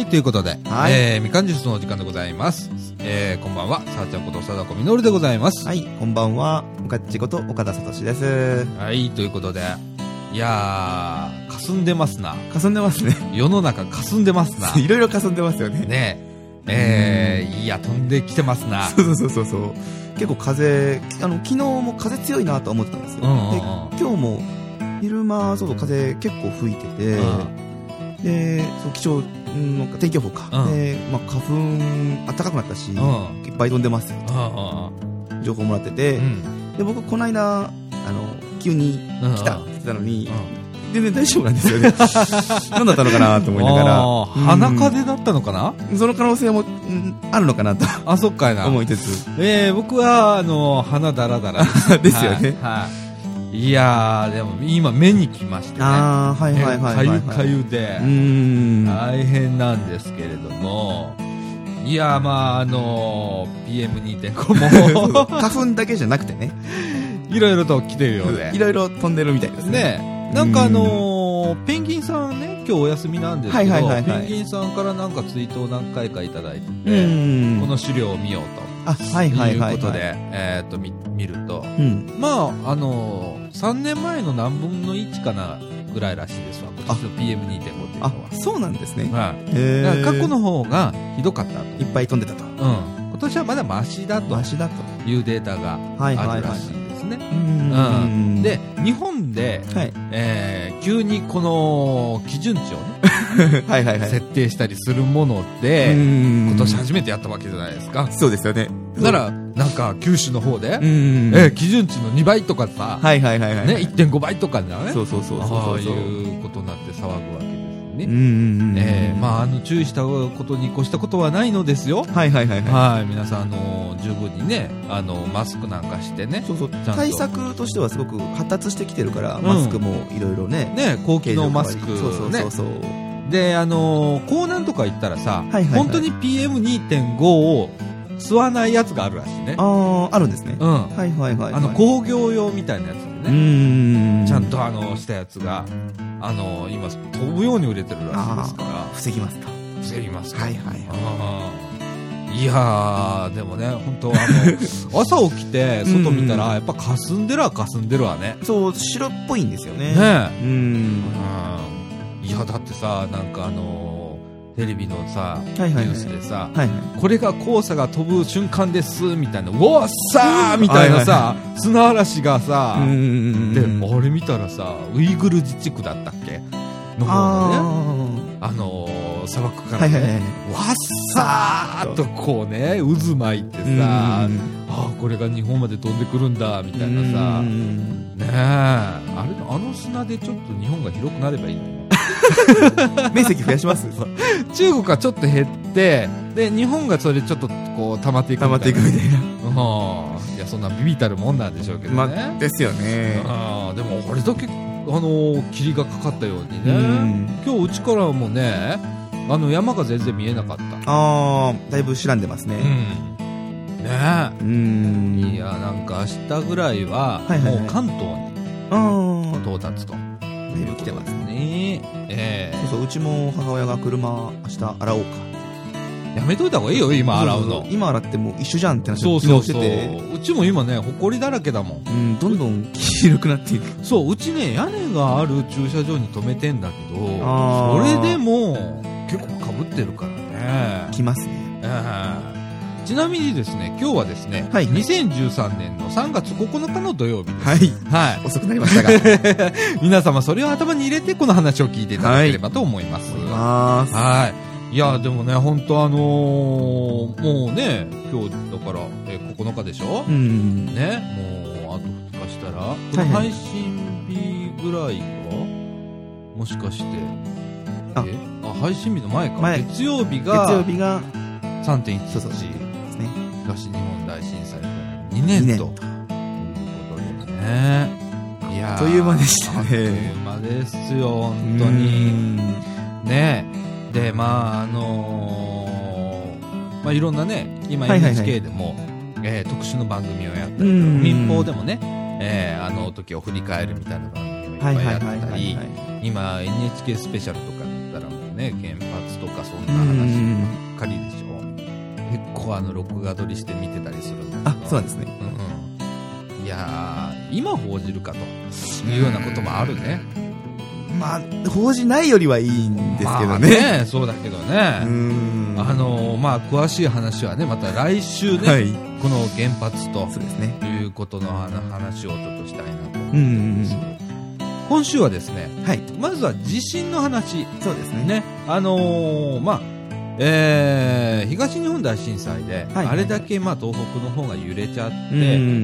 ということで、 はい、 みかんジュースのお時間でございます。こんばんは、さあちゃんこと貞子みのるでございます。 はい、こんばんは、おかっちこと岡田聡です。 はい、ということで、いやー、霞んでますな。 霞んでますね。 世の中霞んでますな。 いろいろ霞んでますよね。 ね、いや、飛んできてますな。 そう。結構風、昨日も風強いなと思ってたんですよ。で、今日も昼間、風結構吹いてて、で、気象の天気予報か。で、花粉暖かくなったし、いっぱい飛んでますよ。情報もらってて、で、僕この間、急に来たって言ってたのに、全然大丈夫なんですよね。何だったのかなと思いながら。 鼻風だったのかな、 その可能性も、あるのかなと。 あ、そっかいな。 思いつつ。 僕は、鼻だらだらですよね。 いやー、でも今目に来ましてね。かゆかゆで、大変なんですけれども、いやー、PM2.5 も花粉だけじゃなくてね、 いろいろと来てるようで、 いろいろ飛んでるみたいですね。 なんかペンギンさんね、今日お休みなんですけど、ペンギンさんからなんかツイートを何回かいただいてて、この資料を見ようということで、見ると、3年前の何分の1かなぐらいらしいですわ、今年の PM2.5 っていうのは。 そうなんですね。 だから過去の方がひどかったと。 いっぱい飛んでたと。 今年はまだマシだというデータがあるらしいですね。で、日本で、急にこの基準値をね、設定したりするもので、今年初めてやったわけじゃないですか。 そうですよね。 だから、なんか九州の方で、基準値の2倍とかさ、1.5 倍とかだね。 そう。 ああいうことになって騒ぐわけですね。注意したことに越したことはないのですよ。皆さん、十分にね、マスクなんかしてね。 対策としてはすごく発達してきてるから、マスクもいろいろね。 高機能マスク。で、港南とか行ったらさ、本当に PM2.5 を吸わないやつがあるらしいね。 あるんですね。 工業用みたいなやつでね。ちゃんとしたやつが、今、飛ぶように売れてるらしいですから。 防ぎますか。 いやー、でもね、本当朝起きて、外見たら、やっぱ霞んでるわね。 そう、白っぽいんですよね。 いや、だってさ、なんかテレビのさ、ニュースでさ、これが黄砂が飛ぶ瞬間ですみたいな、うわっさーみたいなさ、砂嵐がさ、で、あれ見たらさ、ウイグル自治区だったっけの方のね、砂漠からね、わっさーっとこうね、渦巻いてさ、これが日本まで飛んでくるんだみたいなさ、ねえ、あの砂でちょっと日本が広くなればいいのよ。 面積増やします中国はちょっと減って、で、日本がそれちょっとこう溜まっていくみたいな。いや、そんなビビたるもんなんでしょうけどね。 ですよね。 でも、あれだけ、霧がかかったようにね、今日うちからもね、山が全然見えなかった。 だいぶ白んでますね。 いや、なんか明日ぐらいは、もう関東に到達と。 だいぶ来てますね。うちも母親が車明日洗おうか。 やめといた方がいいよ、今洗うの。 今洗っても一緒じゃんって話をしてて。 うちも今ね、埃だらけだもん。 どんどん黄色くなっていく。 そう、うちね、屋根がある駐車場に止めてんだけど、それでも結構かぶってるからね。 来ますね。 ちなみにですね、今日はですね、2013年の3月9日の土曜日です。 遅くなりましたが。 皆様それを頭に入れてこの話を聞いていただければと思います。いや、でもね、本当もうね、今日だから、9日でしょ、ね、もう、あと2日したら、この配信日ぐらいかもしかして、配信日の前か。月曜日が 3.11。東日本大震災から2年ということでね。いや、 あっという間でしたね。 あっという間ですよ、本当に。ね。で、いろんなね、今 NHK でも、特殊の番組をやったり、民放でもね、時を振り返るみたいな番組をいっぱいやったり、今 NHK スペシャルとかだったらもうね、原発とかそんな話ばっかりでしょ。結構録画撮りして見てたりするんだけど。 そうなんですね。 いやー、今報じるかというようなこともあるね。 まあ、報じないよりはいいんですけどね。 まあね、そうだけどね。まあ、詳しい話はね、また来週ね、はい、この原発ということの話をちょっとしたいなと思うんですけど、今週はですね、はい、まずは地震の話。 そうですね。 まあ、東日本大震災で、はい、あれだけ、まあ、東北の方が揺れちゃって、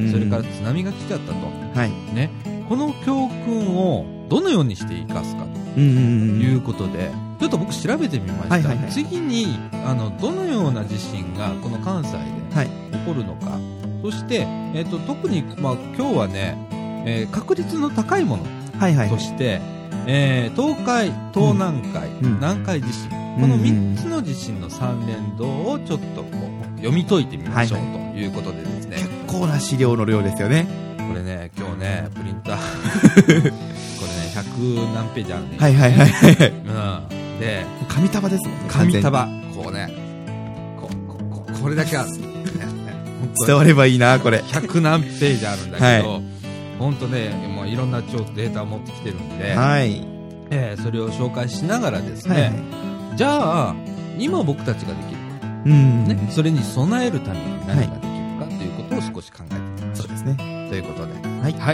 それから津波が来ちゃったと。はい、ね。この教訓をどのようにして生かすかということで、ちょっと僕調べてみました。次にどのような地震がこの関西で起こるのか、そして、特に、まあ、今日はね、確率の高いものとして、東海、東南海、南海地震、この3つの地震の三連動をちょっとこう読み解いてみましょうということでですね。 結構な資料の量ですよね。 これね、今日ね、プリンターこれね、100何ページあるね。で、 紙束ですもんね。 紙束。こうね、これだけある。 伝わればいいな、これ。 100何ページあるんだけど、本当ね、もういろんなデータを持ってきてるんで、それを紹介しながらですね、じゃあ、今僕たちができる、ね、それに備えるために何ができるかということを少し考えてみましょう。そうですね。ということで。はい。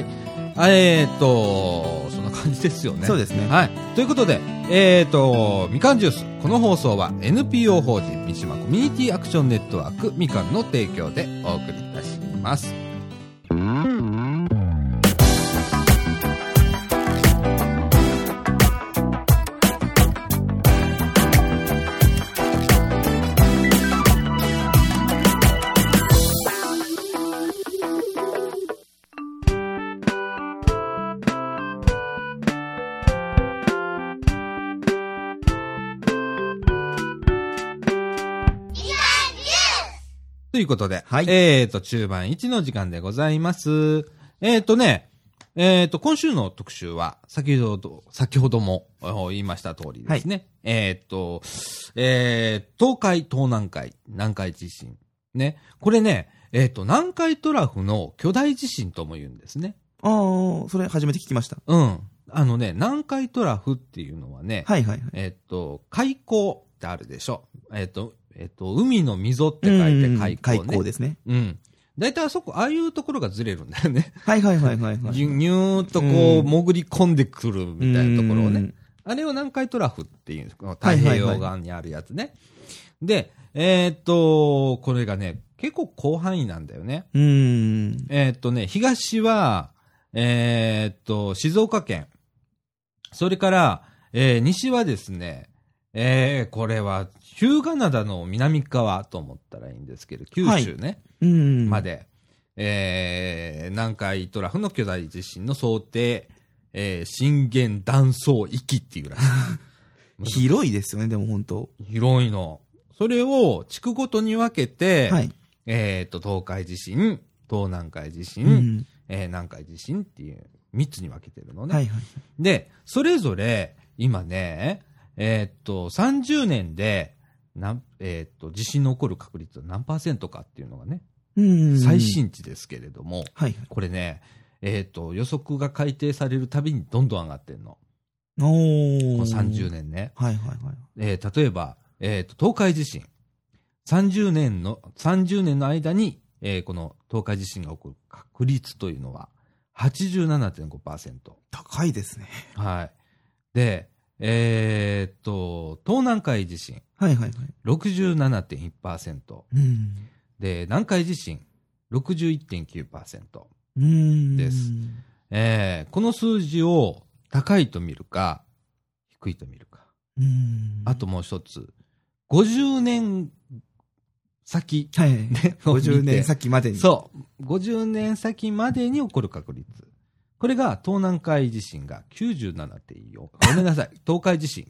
そんな感じですよね。 そうですね。 はい。ということで、みかんジュース。この放送は NPO 法人三島コミュニティアクションネットワークみかんの提供でお送りいたします。ということで、はい、中盤1の時間でございます。今週の特集は、先ほども言いました通りですね。はい、東海、東南海、南海地震。ね。これね、南海トラフの巨大地震とも言うんですね。 ああ、それ初めて聞きました。 うん。南海トラフっていうのはね、はいはいはい、海溝ってあるでしょ。海の溝って書いて海溝ね。 海溝ですね。 うん。だいたいああいうところがずれるんだよね。 はいはいはいはい、はい。 ニューっとこう、潜り込んでくるみたいなところをね。あれを南海トラフっていう、太平洋側にあるやつね。で、これがね、結構広範囲なんだよね。東は、静岡県。それから、西はですね、これは、日向灘の南側と思ったらいいんですけど、九州ね、はい、まで、南海トラフの巨大地震の想定、震源断層域っていうらしい。 広いですよね、でも本当。 広いの。それを地区ごとに分けて、はい、東海地震、東南海地震、南海地震っていう3つに分けてるのね。はいはい、で、それぞれ、今ね、30年で、地震の起こる確率は何%かっていうのがね、最新値ですけれども、はい、これね、予測が改定されるたびにどんどん上がってんの。この30年ね。はいはいはい。例えば、東海地震。30年の間に、この東海地震が起こる確率というのは 87.5%。 高いですね。 はい。で、東南海地震。はいはいはい。67.1%。で、南海地震。61.9%。です。この数字を高いと見るか、低いと見るか。あともう一つ。50年先。はい。 50年先までに。 そう。50年先までに起こる確率。これが東南海地震が 97.4。ごめんなさい。東海地震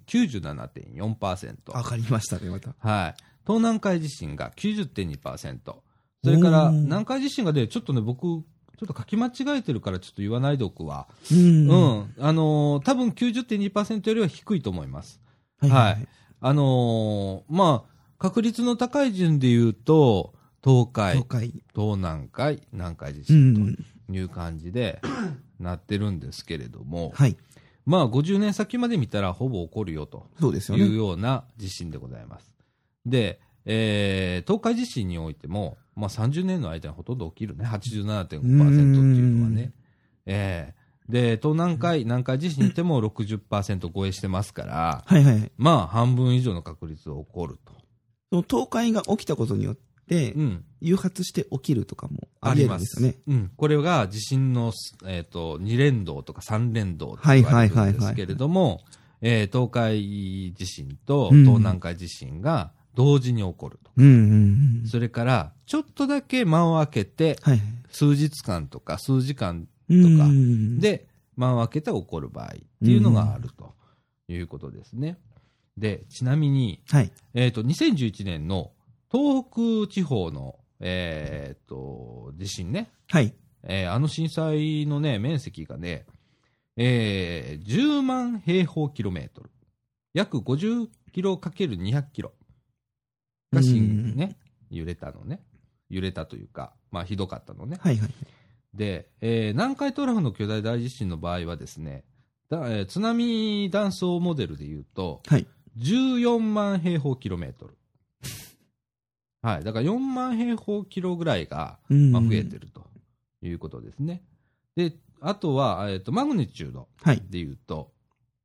97.4%。 わかりましたね、また。 はい。東南海地震が 90.2%。それから南海地震がね、ちょっとね、僕、ちょっと書き間違えてるからちょっと言わないでおくわ。多分 90.2% よりは低いと思います。はい。はい。 まあ、確率の高い順で言うと、東海、東南海、南海地震という感じでなってるんですけれども、 はい。 まあ、50年先まで見たらほぼ起こるよというような地震でございます。で、東海地震においても、まあ、30年の間にほとんど起きるね、87.5% っていうのはね。で、東南海、南海地震にいても 60% 超えしてますから、 はいはい。 まあ、半分以上の確率で起こると。 その東海が起きたことによって、誘発して起きるとかもありますよね。 これが地震の、2連動とか3連動と言われるんですけれども、東海地震と東南海地震が同時に起こると。それから、ちょっとだけ間を空けて、数日間とか数時間とかで間を空けて起こる場合っていうのがあるということですね。で、ちなみに、2011年の東北地方の、地震ね。あの震災のね、面積がね、10万平方キロメートル。約50キロ ×200 キロがね、揺れたのね。揺れたというか、まあ、ひどかったのね。で、南海トラフの巨大大地震の場合はですね、津波断層モデルでいうと、14万平方キロメートル。だから4万平方キロぐらいが、まあ、増えてるということですね。で、あとは、マグニチュードでいうと、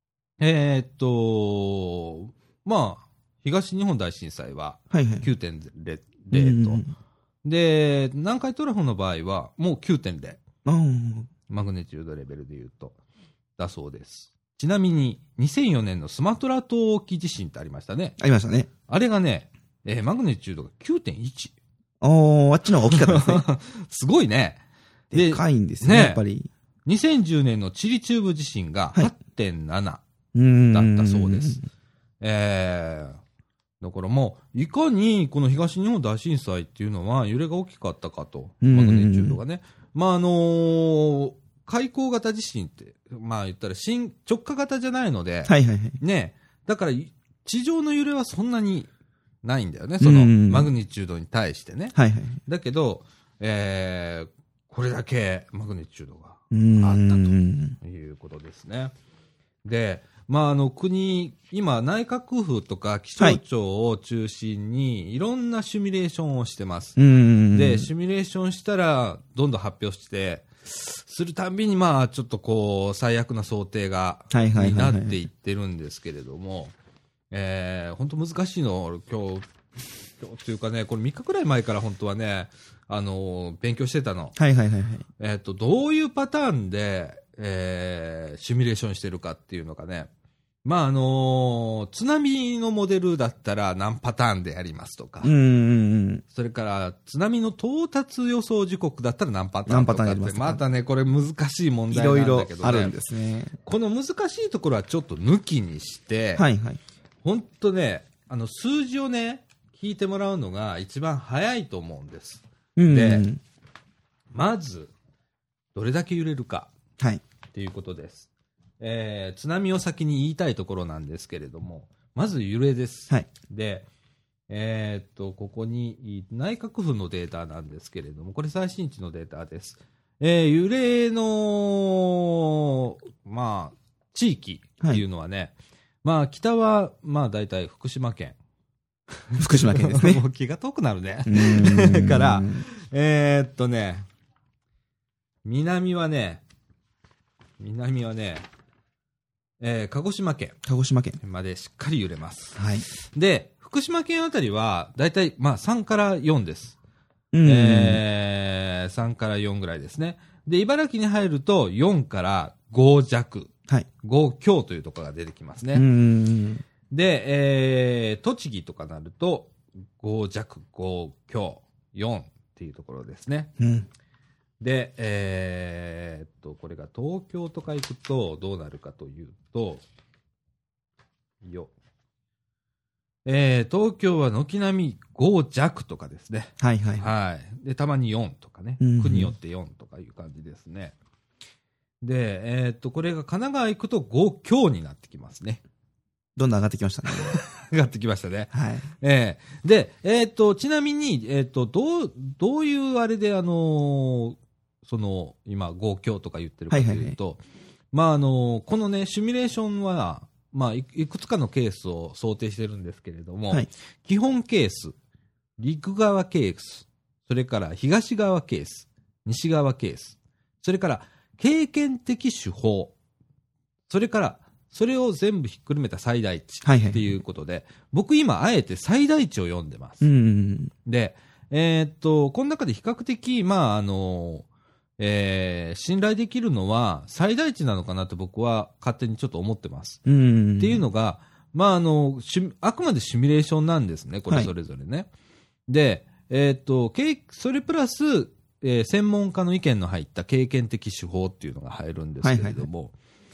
まあ、東日本大震災は 9.0 と。で、南海トラフの場合はもう 9.0。マグニチュードレベルでいうと、だそうです。ちなみに、2004年のスマトラ島沖地震ってありましたね。 ありましたね。 あれがね、マグニチュードが 9.1。 あっちの方が大きかったですね。 すごいね。 でかいんですね、やっぱり。 2010年のチリチューブ地震が 8.7 だったそうです。だからもう、いかにこの東日本大震災っていうのは揺れが大きかったかと、マグニチュードがね。まあ海溝型地震って、まあ言ったら直下型じゃないので、ね、だから地上の揺れはそんなにないんだよね、そのマグニチュードに対してね。だけど、これだけマグニチュードがあったということですね。で、まあ今内閣府とか気象庁を中心にいろんなシミュレーションをしてます。で、シミュレーションしたらどんどん発表して、するたんびにまあちょっとこう最悪な想定がになっていってるんですけれども、本当難しいの今日というかね、これ3日くらい前から本当はね、勉強してたの。どういうパターンで、シミュレーションしてるかっていうのがね、まあ津波のモデルだったら何パターンでやりますとか、それから津波の到達予想時刻だったら何パターンとかって、またね、これ難しい問題なんだけどね。いろいろあるんですね。この難しいところはちょっと抜きにして、本当ね、数字をね、聞いてもらうのが一番早いと思うんです。で、まず、どれだけ揺れるかっていうことです。津波を先に言いたいところなんですけれども、まず揺れです。で、ここに内閣府のデータなんですけれども、これ最新値のデータです。揺れの、まあ、地域っていうのはね、まあ、北は、まあ、大体福島県。 福島県ですね。 もう気が遠くなるね。だから、南はね、鹿児島県までしっかり揺れます。で、福島県あたりは、だいたい、まあ、3から4です。3から4ぐらいですね。で、茨城に入ると、4から5弱。5強というところが出てきますね。で、栃木とかなると、5弱、5強、4っていうところですね。で、これが東京とか行くとどうなるかというと、東京は軒並み5弱とかですね。で、たまに4とかね。区によって4とかいう感じですね。で、これが神奈川行くと5強になってきますね。 どんどん上がってきましたね。 上がってきましたね。 はい。 で、ちなみに、どういうあれで、今、5強とか言ってるかというと、まあ、このね、シミュレーションは、まあ、いくつかのケースを想定してるんですけれども、基本ケース、陸側ケース、それから東側ケース、西側ケース、それから経験的手法、それからそれを全部ひっくるめた最大値っていうことで、僕今あえて最大値を読んでます。で、この中で比較的、まあ、信頼できるのは最大値なのかなと僕は勝手にちょっと思ってます。っていうのが、まあ、あくまでシミュレーションなんですね、これそれぞれね。で、それプラス、専門家の意見の入った経験的手法っていうのが入るんですけれども、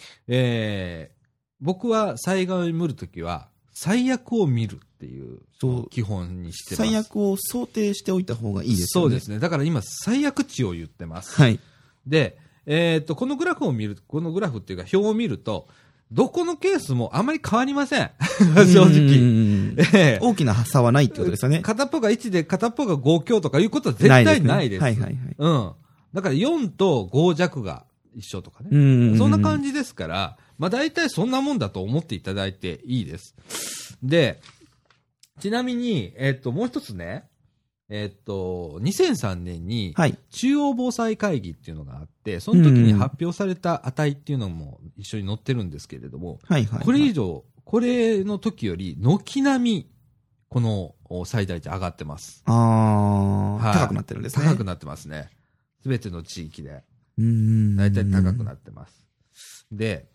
僕は災害を見るときは最悪を見るっていう基本にしてます。 最悪を想定しておいた方がいいですよね。 そうですね。だから今最悪値を言ってます。 はい。 で、このグラフっていうか表を見ると、どこのケースもあまり変わりません。正直。 大きな差はないってことですよね。 片っぽが1で片っぽが5強とかいうことは絶対ないです。 はいはいはい。 うん。だから4と5弱が一緒とかね。そんな感じですから、まあ大体そんなもんだと思っていただいていいです。で、ちなみに、もう一つね、2003年に中央防災会議っていうのがあって、その時に発表された値っていうのも一緒に載ってるんですけれども、これ以上、これの時より軒並みこの最大値上がってます。 高くなってるんですね。 高くなってますね。すべての地域で。大体高くなってます。で、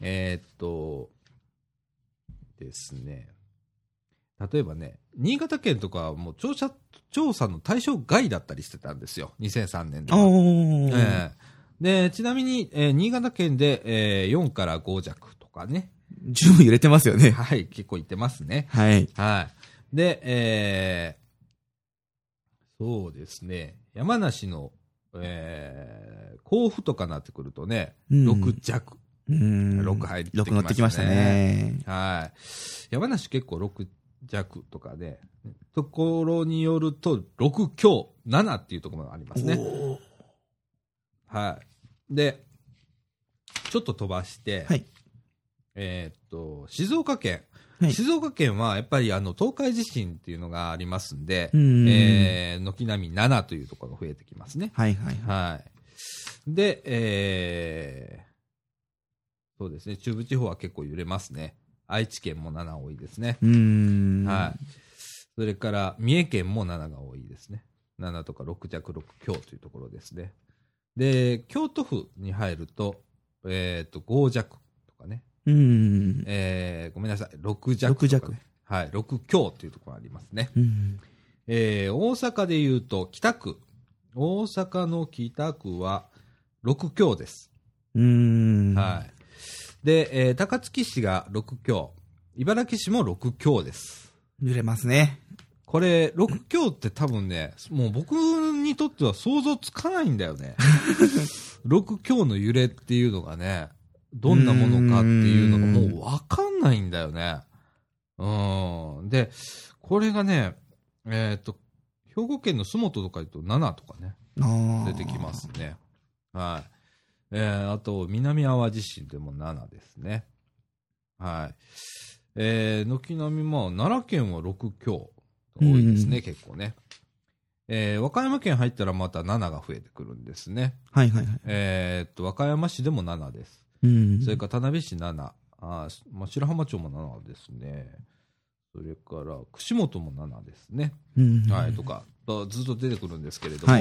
ですね。例えばね、新潟県とかはもう調査の対象外だったりしてたんですよ。2003年では。で、ちなみに、新潟県で、4から5弱とかね。 十分揺れてますよね。 はい、結構いってますね。 はい。 はい。で、そうですね、山梨の、甲府とかなってくるとね、6弱。6入ってきましたね。 6乗ってきましたね。 はい。山梨結構6弱とかで、ところによると6強、7っていうところもありますね。はい。で、ちょっと飛ばして、 はい、 静岡県。はい、静岡県はやっぱり東海地震っていうのがありますんで、軒並み7というところが増えてきますね。 はいはいはい。で、そうですね、中部地方は結構揺れますね。愛知県も7多いですね。はい。それから三重県も7が多いですね。7とか6弱6強というところですね。で、京都府に入ると、5弱とかね。ごめんなさい、6弱とか、ね。6弱。はい、6強というところがありますね。大阪でいうと北区。大阪の北区は6強です。はい。で、高槻市が6強。茨城市も6強です。 揺れますね。 これ、6強って多分ね、もう僕にとっては想像つかないんだよね。6強の揺れっていうのがね、どんなものかっていうのがもうわかんないんだよね。で、これがね、兵庫県の洲本とか言うと7とかね、出てきますね。はい。あと、南淡路市でも7ですね。はい。軒並み、まあ、奈良県は6強多いですね、結構ね。和歌山県入ったらまた7が増えてくるんですね。 はいはいはい。 和歌山市でも7です。それから田辺市7。まあ、白浜町も7ですね。それから、串本も7ですね。はい、とか、ずっと出てくるんですけれども、はい、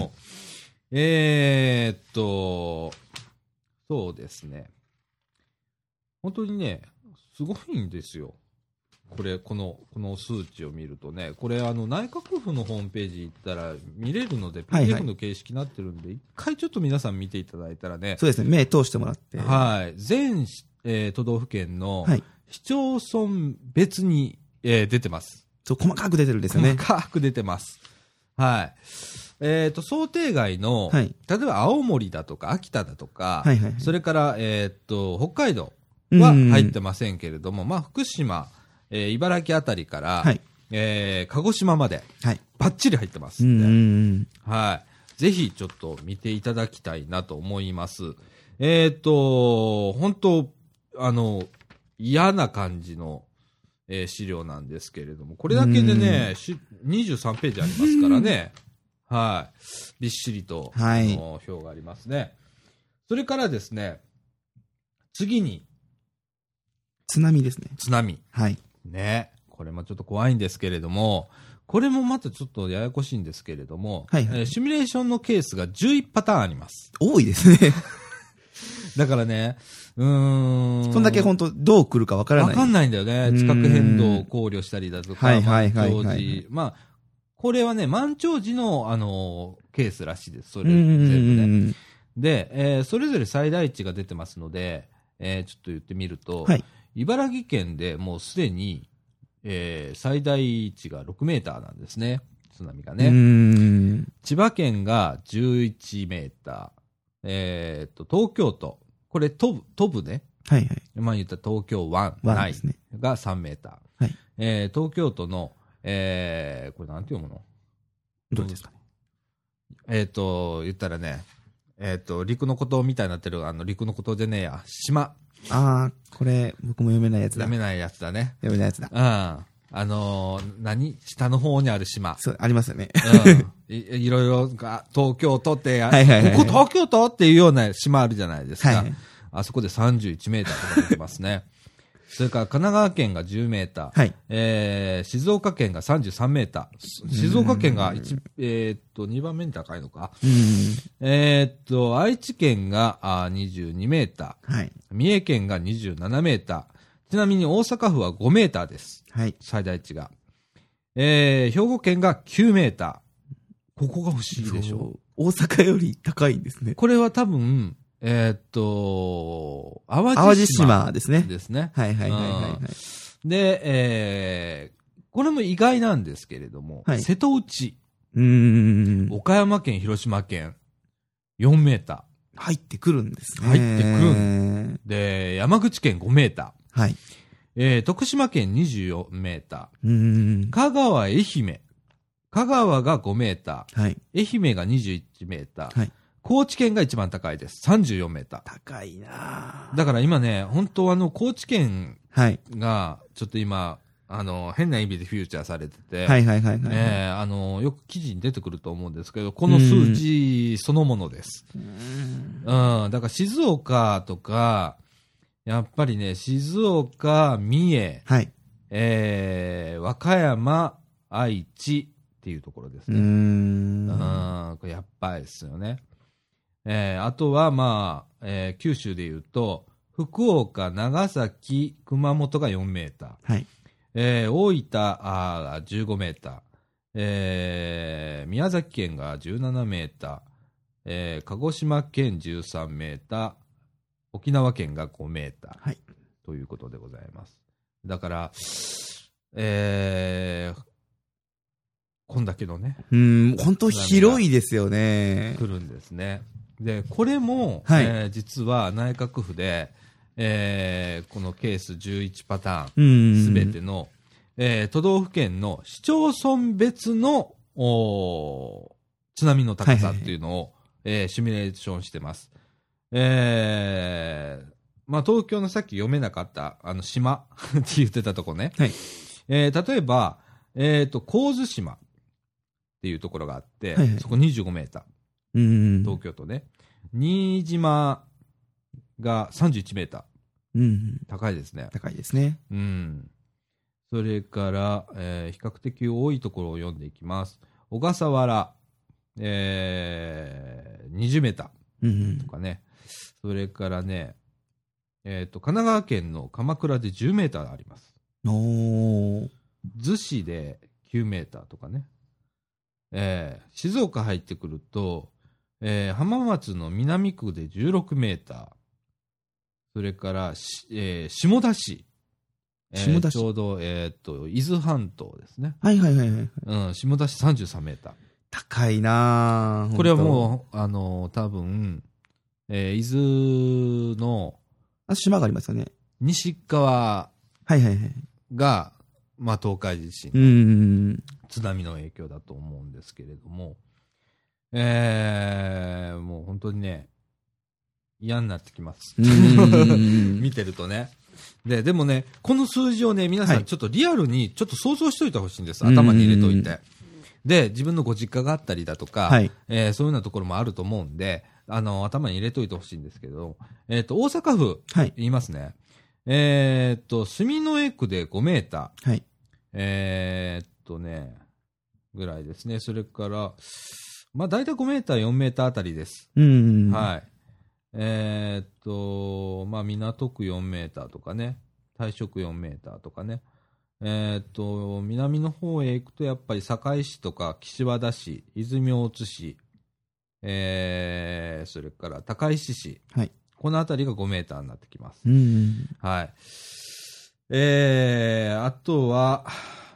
そうですね。本当にね、すごいんですよ。この数値を見るとね、これ内閣府のホームページ行ったら見れるので、PDF の形式になってるんで、一回ちょっと皆さん見ていただいたらね。 そうですね、目通してもらって。 はい。全、都道府県の市町村別に、出てます。 そう、細かく出てるんですよね。 細かく出てます。はい。想定外の、例えば青森だとか秋田だとか、それから、北海道は入ってませんけれども、まあ、福島、 茨城あたりから、鹿児島まで、バッチリ入ってますんで、 はい。ぜひちょっと見ていただきたいなと思います。本当嫌な感じの、資料なんですけれども、これだけでね、23ページありますからね。はい。びっしりと、表がありますね。それからですね、次に。 津波ですね。 津波。 はい。 ね。これもちょっと怖いんですけれども、これもまたちょっとややこしいんですけれども、シミュレーションのケースが11パターンあります。 多いですね。 だからね、 そんだけ本当どう来るかわからない。 わかんないんだよね。地殻変動を考慮したりだとか、満潮時。まあ、これはね、満潮時の、ケースらしいです。それ全部ね。で、それぞれ最大値が出てますので、ちょっと言ってみると、茨城県でもうすでに、最大値が6メーターなんですね。津波がね。千葉県が11メーター。東京都。これ、飛ぶね。まあ言ったら東京湾内が3メーター。東京都の、これなんて読むの？ どうですかね。 言ったらね、陸のことみたいになってる、陸のことじゃねえや。島。 ああ、これ、僕も読めないやつだ。 読めないやつだね。 読めないやつだ。 下の方にある島。 そう、ありますよね。 いろいろ、東京都って、ここ東京都っていうような島あるじゃないですか。あそこで31メーターとか出てますね。それから神奈川県が10メーター。静岡県が33メーター。静岡県が2番目に高いのか。愛知県が22メーター。三重県が27メーター。ちなみに大阪府は5メーターです。最大値が。兵庫県が9メーター。ここが不思議でしょ。 大阪より高いんですね。 これは多分、淡路島ですね。で、これも意外なんですけれども、瀬戸内。岡山県、広島県、4メーター。入ってくるんですね。 入ってくる。で、山口県5メーター。徳島県24メーター。香川、愛媛。香川が5メーター。愛媛が21メーター。高知県が一番高いです。34メーター。 高いなだから今ね、本当高知県が、ちょっと今、変な意味でフューチャーされてて、よく記事に出てくると思うんですけど、この数字そのものです。だから静岡とか、やっぱりね、静岡、三重、和歌山、愛知っていうところですね。これやっぱりですよね。あとは、まあ、九州で言うと、福岡、長崎、熊本が4メーター。大分が15メーター。宮崎県が17メーター。鹿児島県13メーター。沖縄県が5メーター。ということでございます。だから、こんだけのね。 本当広いですよね。 来るんですね。で、これも、実は内閣府で、このケース11パターン、すべての、都道府県の市町村別の津波の高さっていうのを、シミュレーションしてます。まあ、東京のさっき読めなかった、島って言ってたとこね。例えば、神津島っていうところがあって、そこ25メーター。東京都ね。新島が31メーター。高いですね。 高いですね。 それから、比較的多いところを読んでいきます。小笠原、20メーターとかね。それからね、神奈川県の鎌倉で10メーターあります。逗子で9メーターとかね。静岡入ってくると、浜松の南区で16メーター。それから、下田市。ちょうど、伊豆半島ですね。下田市33メーター。 高いなぁ。 これはもう、多分、伊豆の、 島がありますよね。 西側が、 まあ、東海地震、津波の影響だと思うんですけれども、もう本当にね、嫌になってきます。見てるとね。でもね、この数字をね、皆さんちょっとリアルにちょっと想像しといてほしいんです。頭に入れといて。で、自分のご実家があったりだとか、そういうようなところもあると思うんで、頭に入れといてほしいんですけど、大阪府、言いますね。住之江区で5メーター。ぐらいですね。それから、まあ、大体5メーター、4メーターあたりです。はい。まあ、港区4メーターとかね、大正区4メーターとかね、南の方へ行くと、やっぱり堺市とか岸和田市、泉大津市、それから高石市、この辺りが5メーターになってきます。はい。あとは、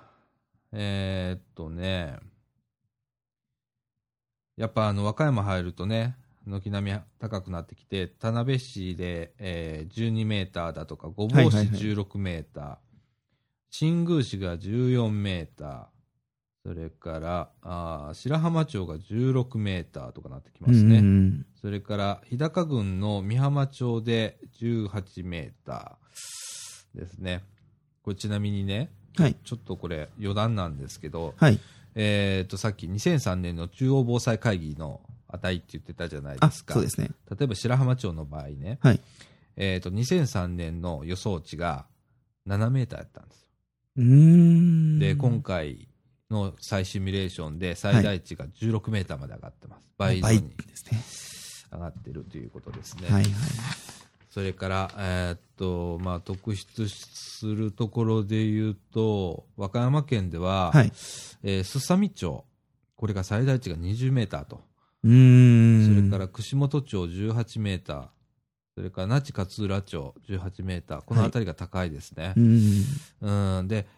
やっぱ和歌山入るとね、軒並み高くなってきて、田辺市で、12メーターだとか、御坊市16メーター、新宮市が14メーター、それから白浜町が16メーターとかなってきますね。それから日高郡の美浜町で18メーターですね。これちなみにね、ちょっとこれ余談なんですけど、さっき2003年の中央防災会議の値って言ってたじゃないですか。 そうですね。 例えば白浜町の場合ね、2003年の予想値が7メーターやったんですよ。で、今回の再シミュレーションで最大値が16メーターまで上がってます。倍以上に上がってるということですね。それから、まあ、特筆するところで言うと、和歌山県では、すさみ町、これが最大値が20メーターと。それから串本町18メーター。それから那智勝浦町18メーター。この辺りが高いですね。で、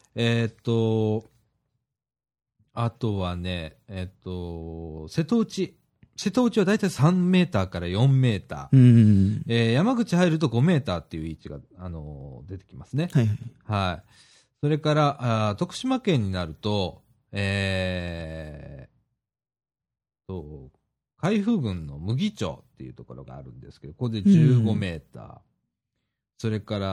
あとはね、瀬戸内。瀬戸内はだいたい3メーターから4メーター。山口入ると5メーターっていう位置が、出てきますね。それから、徳島県になると、海部郡の麦町っていうところがあるんですけど、ここで15メーター。それから、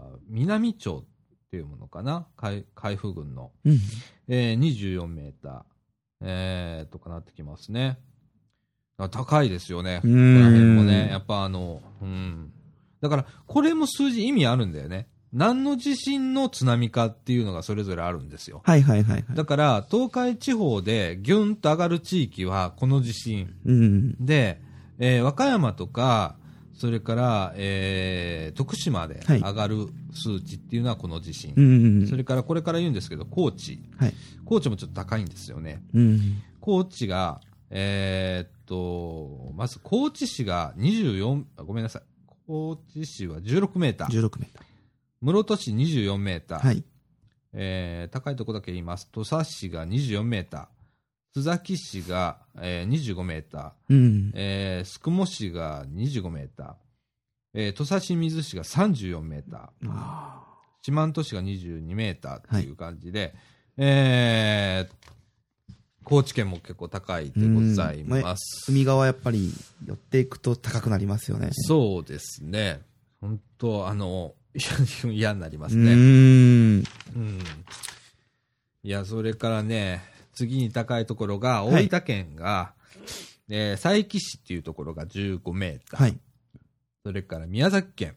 南町っていうものかな、海部郡の、24メーター、とかなってきますね。高いですよね。ここら辺もね。やっぱだから、これも数字意味あるんだよね。何の地震の津波かっていうのがそれぞれあるんですよ。だから、東海地方でギュンと上がる地域はこの地震。で、和歌山とか、それから、徳島で上がる数値っていうのはこの地震。それからこれから言うんですけど、高知。高知もちょっと高いんですよね。高知が、まず高知市がごめんなさい。高知市は16メーター。 16メーター。 室戸市24メーター。高いところだけ言います。土佐市が24メーター。須崎市が、25メーター。宿毛市が25メーター。土佐清水市が34メーター。四万十市が22メーターっていう感じで、高知県も結構高いでございます。 海側やっぱり寄っていくと高くなりますよね。 そうですね。本当嫌になりますね。いや、それからね、次に高いところが、大分県が、佐伯市っていうところが15メーター。それから宮崎県。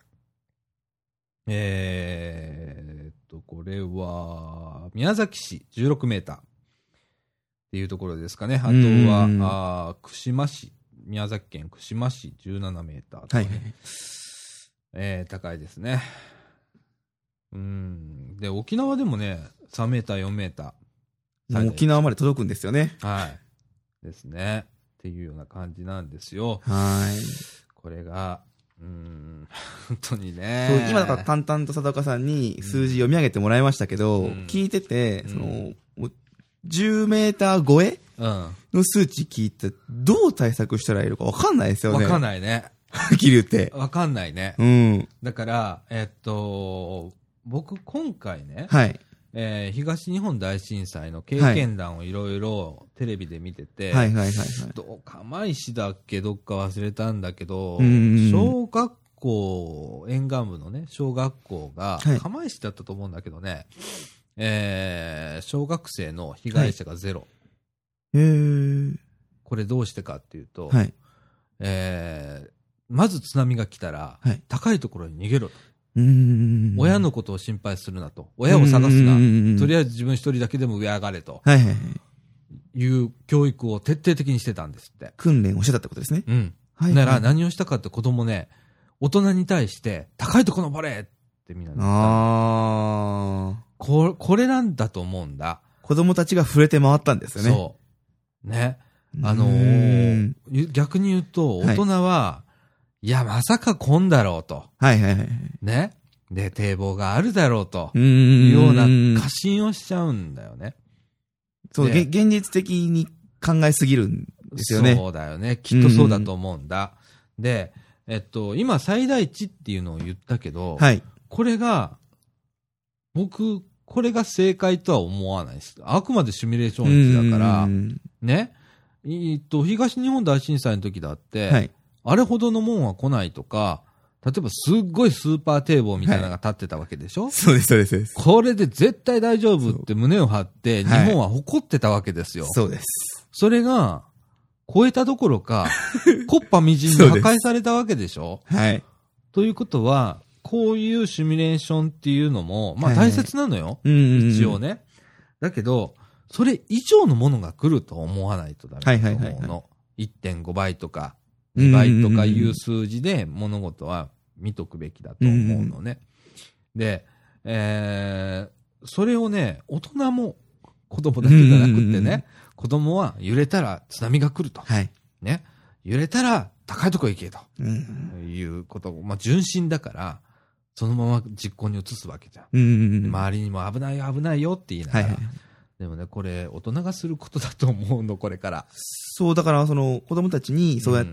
これは、宮崎市16メーター。っていうところですかね。あとは、串間市、宮崎県串間市17メーターとかね、高いですね。で、沖縄でもね、3メーター、4メーター。沖縄まで届くんですよね。 ですね。っていうような感じなんですよ。これが、本当にね。 そう、今だから淡々と佐岡さんに数字読み上げてもらいましたけど、聞いてて、10メーター超えの数値聞いて、どう対策したらいいのか分かんないですよね。 分かんないね。 はっきり言って。 分かんないね。だから、僕今回ね、 東日本大震災の経験談をいろいろテレビで見てて、釜石だっけどっか忘れたんだけど、小学校、沿岸部のね、小学校が、釜石だったと思うんだけどね、小学生の被害者がゼロ。これどうしてかっていうと、まず津波が来たら、高いところに逃げろと。親のことを心配するなと。親を探すな。とりあえず自分一人だけでも上上がれと。いう教育を徹底的にしてたんですって。 訓練をしてたってことですね。 だから何をしたかって子供ね、大人に対して高いとこ登れってみんな言ったこれなんだと思うんだ。 子供たちが触れて回ったんですよね。 そう。ね。逆に言うと、大人は、いや、まさかこんだろうと。ね。で、堤防があるだろうと。いうような過信をしちゃうんだよね。 そう、現実的に考えすぎるんですよね。 そうだよね。きっとそうだと思うんだ。で、今、最大値っていうのを言ったけど、これが正解とは思わないです。あくまでシミュレーション値だから、ね。東日本大震災の時だって、あれほどのもんは来ないとか、例えばすっごいスーパー堤防みたいなのが立ってたわけでしょ、 そうです、そうです。 これで絶対大丈夫って胸を張って、日本は誇ってたわけですよ。 そうです。 それが、超えたどころか、木っ端みじんに破壊されたわけでしょということは、こういうシミュレーションっていうのも、まあ大切なのよ。一応ね。だけど、それ以上のものが来ると思わないとダメだと思うの。1.5 倍とか、2倍とかいう数字で物事は見とくべきだと思うのね。で、それをね、大人も子供だけじゃなくってね、子供は揺れたら津波が来ると。ね。揺れたら高いとこ行けと。いうこと、まあ純真だから、そのまま実行に移すわけじゃん。周りにも危ないよ危ないよって言いながら。でもね、これ、大人がすることだと思うの、これから。 そう、だから、子供たちに、そうやって、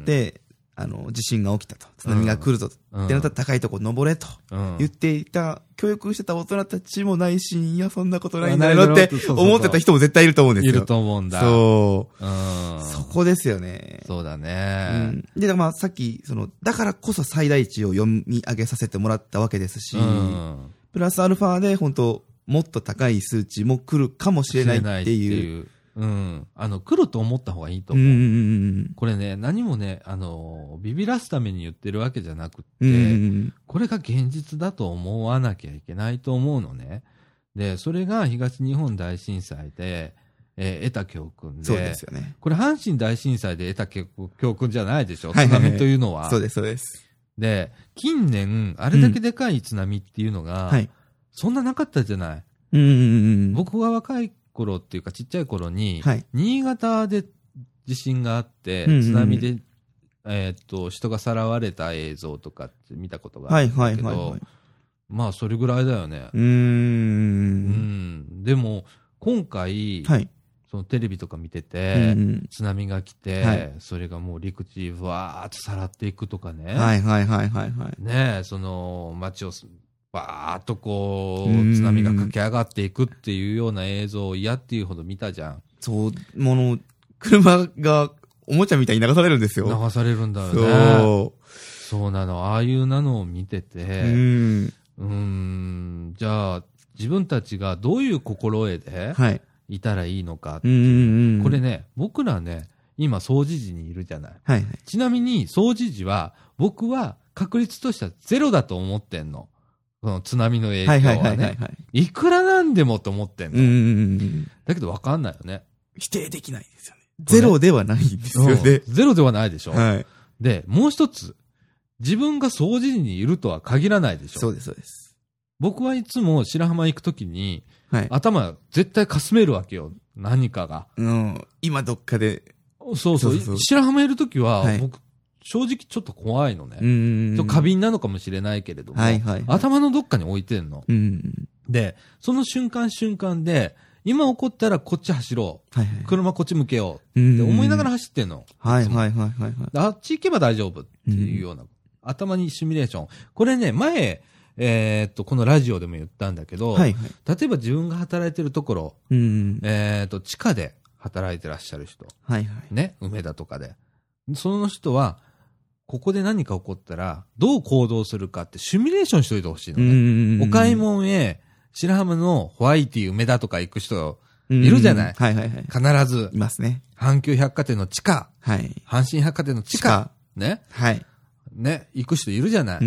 地震が起きたと。津波が来ると。ってなったら高いとこ登れと。言っていた、教育してた大人たちも内心、いや、そんなことないんだよって思ってた人も絶対いると思うんですよ。 いると思うんだ。 そう。そこですよね。 そうだね。 で、まあ、さっき、だからこそ最大値を読み上げさせてもらったわけですし、プラスアルファで、本当もっと高い数値も来るかもしれないっていう。 来ると思った方がいいと思う。これね、何もね、ビビらすために言ってるわけじゃなくって、これが現実だと思わなきゃいけないと思うのね。で、それが東日本大震災で、得た教訓で。 そうですよね。 これ阪神大震災で得た教訓じゃないでしょ、津波というのは。 そうです、そうです。 で、近年、あれだけでかい津波っていうのが、そんななかったじゃない。僕が若い頃っていうかちっちゃい頃に、新潟で地震があって、津波で、人がさらわれた映像とかって見たことがあるんだけど、まあそれぐらいだよね。でも、今回、そのテレビとか見てて、津波が来て、それがもう陸地わーっとさらっていくとかね。ね、その街をバーっとこう、津波が駆け上がっていくっていうような映像を嫌っていうほど見たじゃん。 そう、車がおもちゃみたいに流されるんですよ。 流されるんだよね。そうなの。ああいうのを見てて、じゃあ、自分たちがどういう心得でいたらいいのかっていう。これね、僕らね、今、総除時にいるじゃない。ちなみに、総除時は、僕は確率としてはゼロだと思ってんの。その津波の影響はね。いくらなんでもと思ってんの。だけど分かんないよね。 否定できないですよね。ゼロではないんですよね。 ゼロではないでしょ。で、もう一つ。自分が総除時にいるとは限らないでしょ。 そうです、そうです。 僕はいつも白浜行くときに、頭絶対かすめるわけよ。何かが。 今どっかで。 そうそう。白浜いるときは、僕、正直ちょっと怖いのね。過敏なのかもしれないけれども、頭のどっかに置いてんの。で、その瞬間瞬間で、今起こったらこっち走ろう。車こっち向けよう。って思いながら走ってんの。あっち行けば大丈夫っていうような、頭にシミュレーション。これね、前、 このラジオでも言ったんだけど、 はいはい、 例えば自分が働いてるところ、地下で働いてらっしゃる人、 はいはい、 ね、梅田とかで。その人は、ここで何か起こったら、どう行動するかってシミュレーションしといてほしいのね。お買い物へ、白浜のホワイティ梅田とか行く人、いるじゃない、 はいはいはい、 必ず。 いますね。 阪急百貨店の地下、 はい、 阪神百貨店の地下、ね、 はい、 ね、行く人いるじゃない。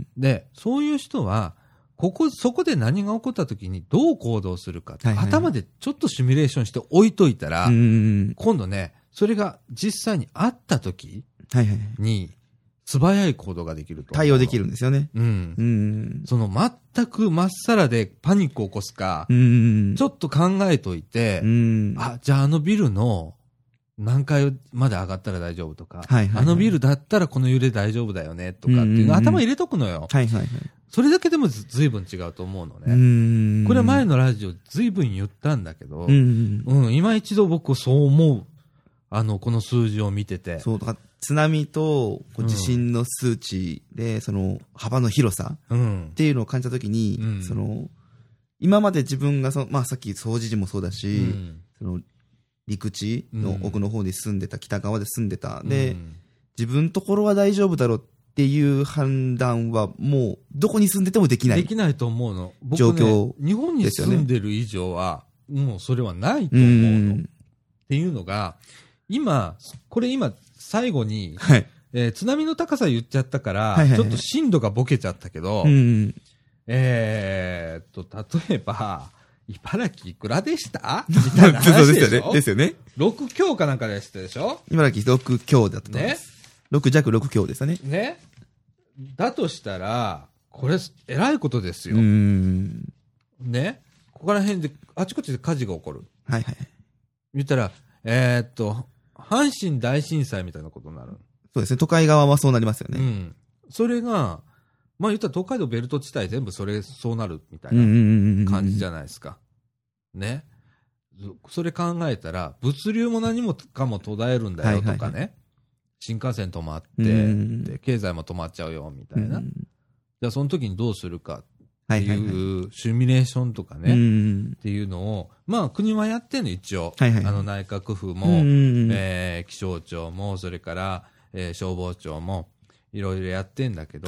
で、そういう人は、そこで何が起こった時にどう行動するか、はいはい、頭でちょっとシミュレーションして置いといたら、今度ね、それが実際にあった時に、素早い行動ができると。 対応できるんですよね。 その全くまっさらでパニックを起こすか、ちょっと考えといて、じゃああのビルの何階まで上がったら大丈夫とか、あのビルだったらこの揺れ大丈夫だよねとかっていうの頭入れとくのよ。それだけでも随分違うと思うのね。これは前のラジオ随分言ったんだけど、今一度僕そう思う。この数字を見てて。 そう、だから津波と地震の数値で、その幅の広さっていうのを感じたときに、今まで自分がさっき掃除時もそうだし、その陸地の奥の方に住んでた、北側で住んでた。で、自分のところは大丈夫だろうっていう判断はもうどこに住んでてもできない。 できないと思うの。僕ね、 状況、 日本に住んでる以上は、もうそれはないと思うの。っていうのが、今最後に、はい津波の高さ言っちゃったから、ちょっと震度がボケちゃったけど、例えば、茨城いくらでしたみたいな話でしょですよね。 6強かなんかでしたでしょ茨城6強だったと思います。ね、6弱6強ですよね。 ね。だとしたら、これ、えらいことですよ。ね。ここら辺で、あちこちで火事が起こる。 はいはい。 言ったら、阪神大震災みたいなことになる。 そうですね。都会側はそうなりますよね。 それが、言ったら東海道ベルト地帯全部そうなるみたいな感じじゃないですか。ね。それ考えたら、物流も何もかも途絶えるんだよとかね。新幹線止まって、で、経済も止まっちゃうよみたいな。じゃあその時にどうするかっていうシミュレーションとかね。っていうのを、国はやってんの一応。内閣府も、気象庁も、それから、消防庁も、いろいろやってんだけど、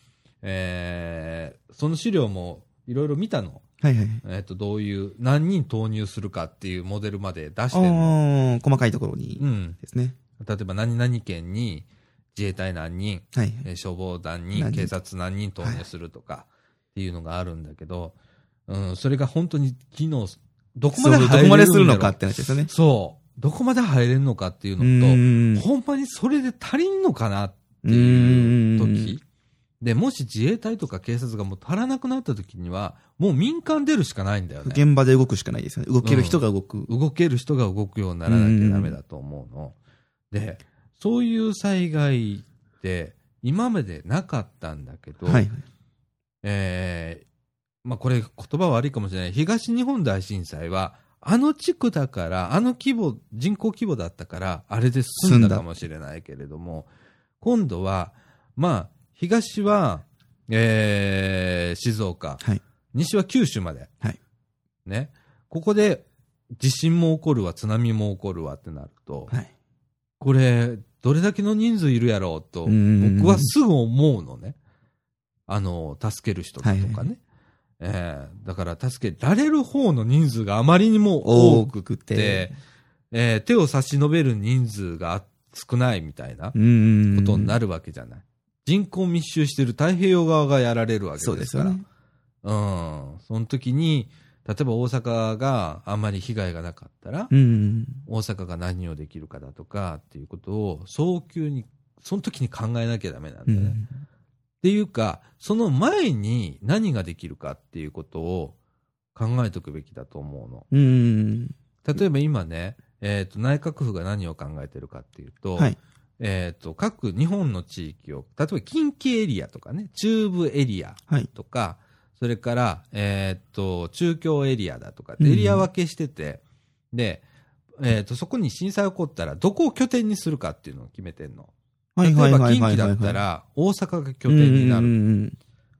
その資料もいろいろ見たの。どういう、何人投入するかっていうモデルまで出してるの。 細かいところにですね。 例えば何々県に自衛隊何人、消防団に警察何人投入するとかっていうのがあるんだけど、それが本当に機能、どこまで入れるのか。 どこまでするのかって話ですよね。 そう。どこまで入れるのかっていうのと、ほんまにそれで足りんのかなっていう時。で、もし自衛隊とか警察がもう足らなくなった時には、もう民間出るしかないんだよね。 現場で動くしかないですよね。動ける人が動く。 動ける人が動くようにならなきゃダメだと思うの。で、そういう災害って今までなかったんだけど、これ言葉悪いかもしれない。東日本大震災は、地区だから、人口規模だったから、あれで済んだかもしれないけれども、今度は、東は、静岡、西は九州まで、ね。ここで地震も起こるわ、津波も起こるわってなると、これ、どれだけの人数いるやろうと、僕はすぐ思うのね。助ける人とかね。だから助けられる方の人数があまりにも多くて、手を差し伸べる人数が少ないみたいなことになるわけじゃない。人口密集している太平洋側がやられるわけですから。その時に、例えば大阪があんまり被害がなかったら、大阪が何をできるかだとかっていうことを早急に、その時に考えなきゃダメなんだよね。っていうか、その前に何ができるかっていうことを考えておくべきだと思うの。例えば今ね、内閣府が何を考えてるかっていうと、各日本の地域を、例えば近畿エリアとかね、中部エリアとか、それから、中京エリアだとか、エリア分けしてて、で、そこに震災起こったら、どこを拠点にするかっていうのを決めてんの。例えば近畿だったら、大阪が拠点になる。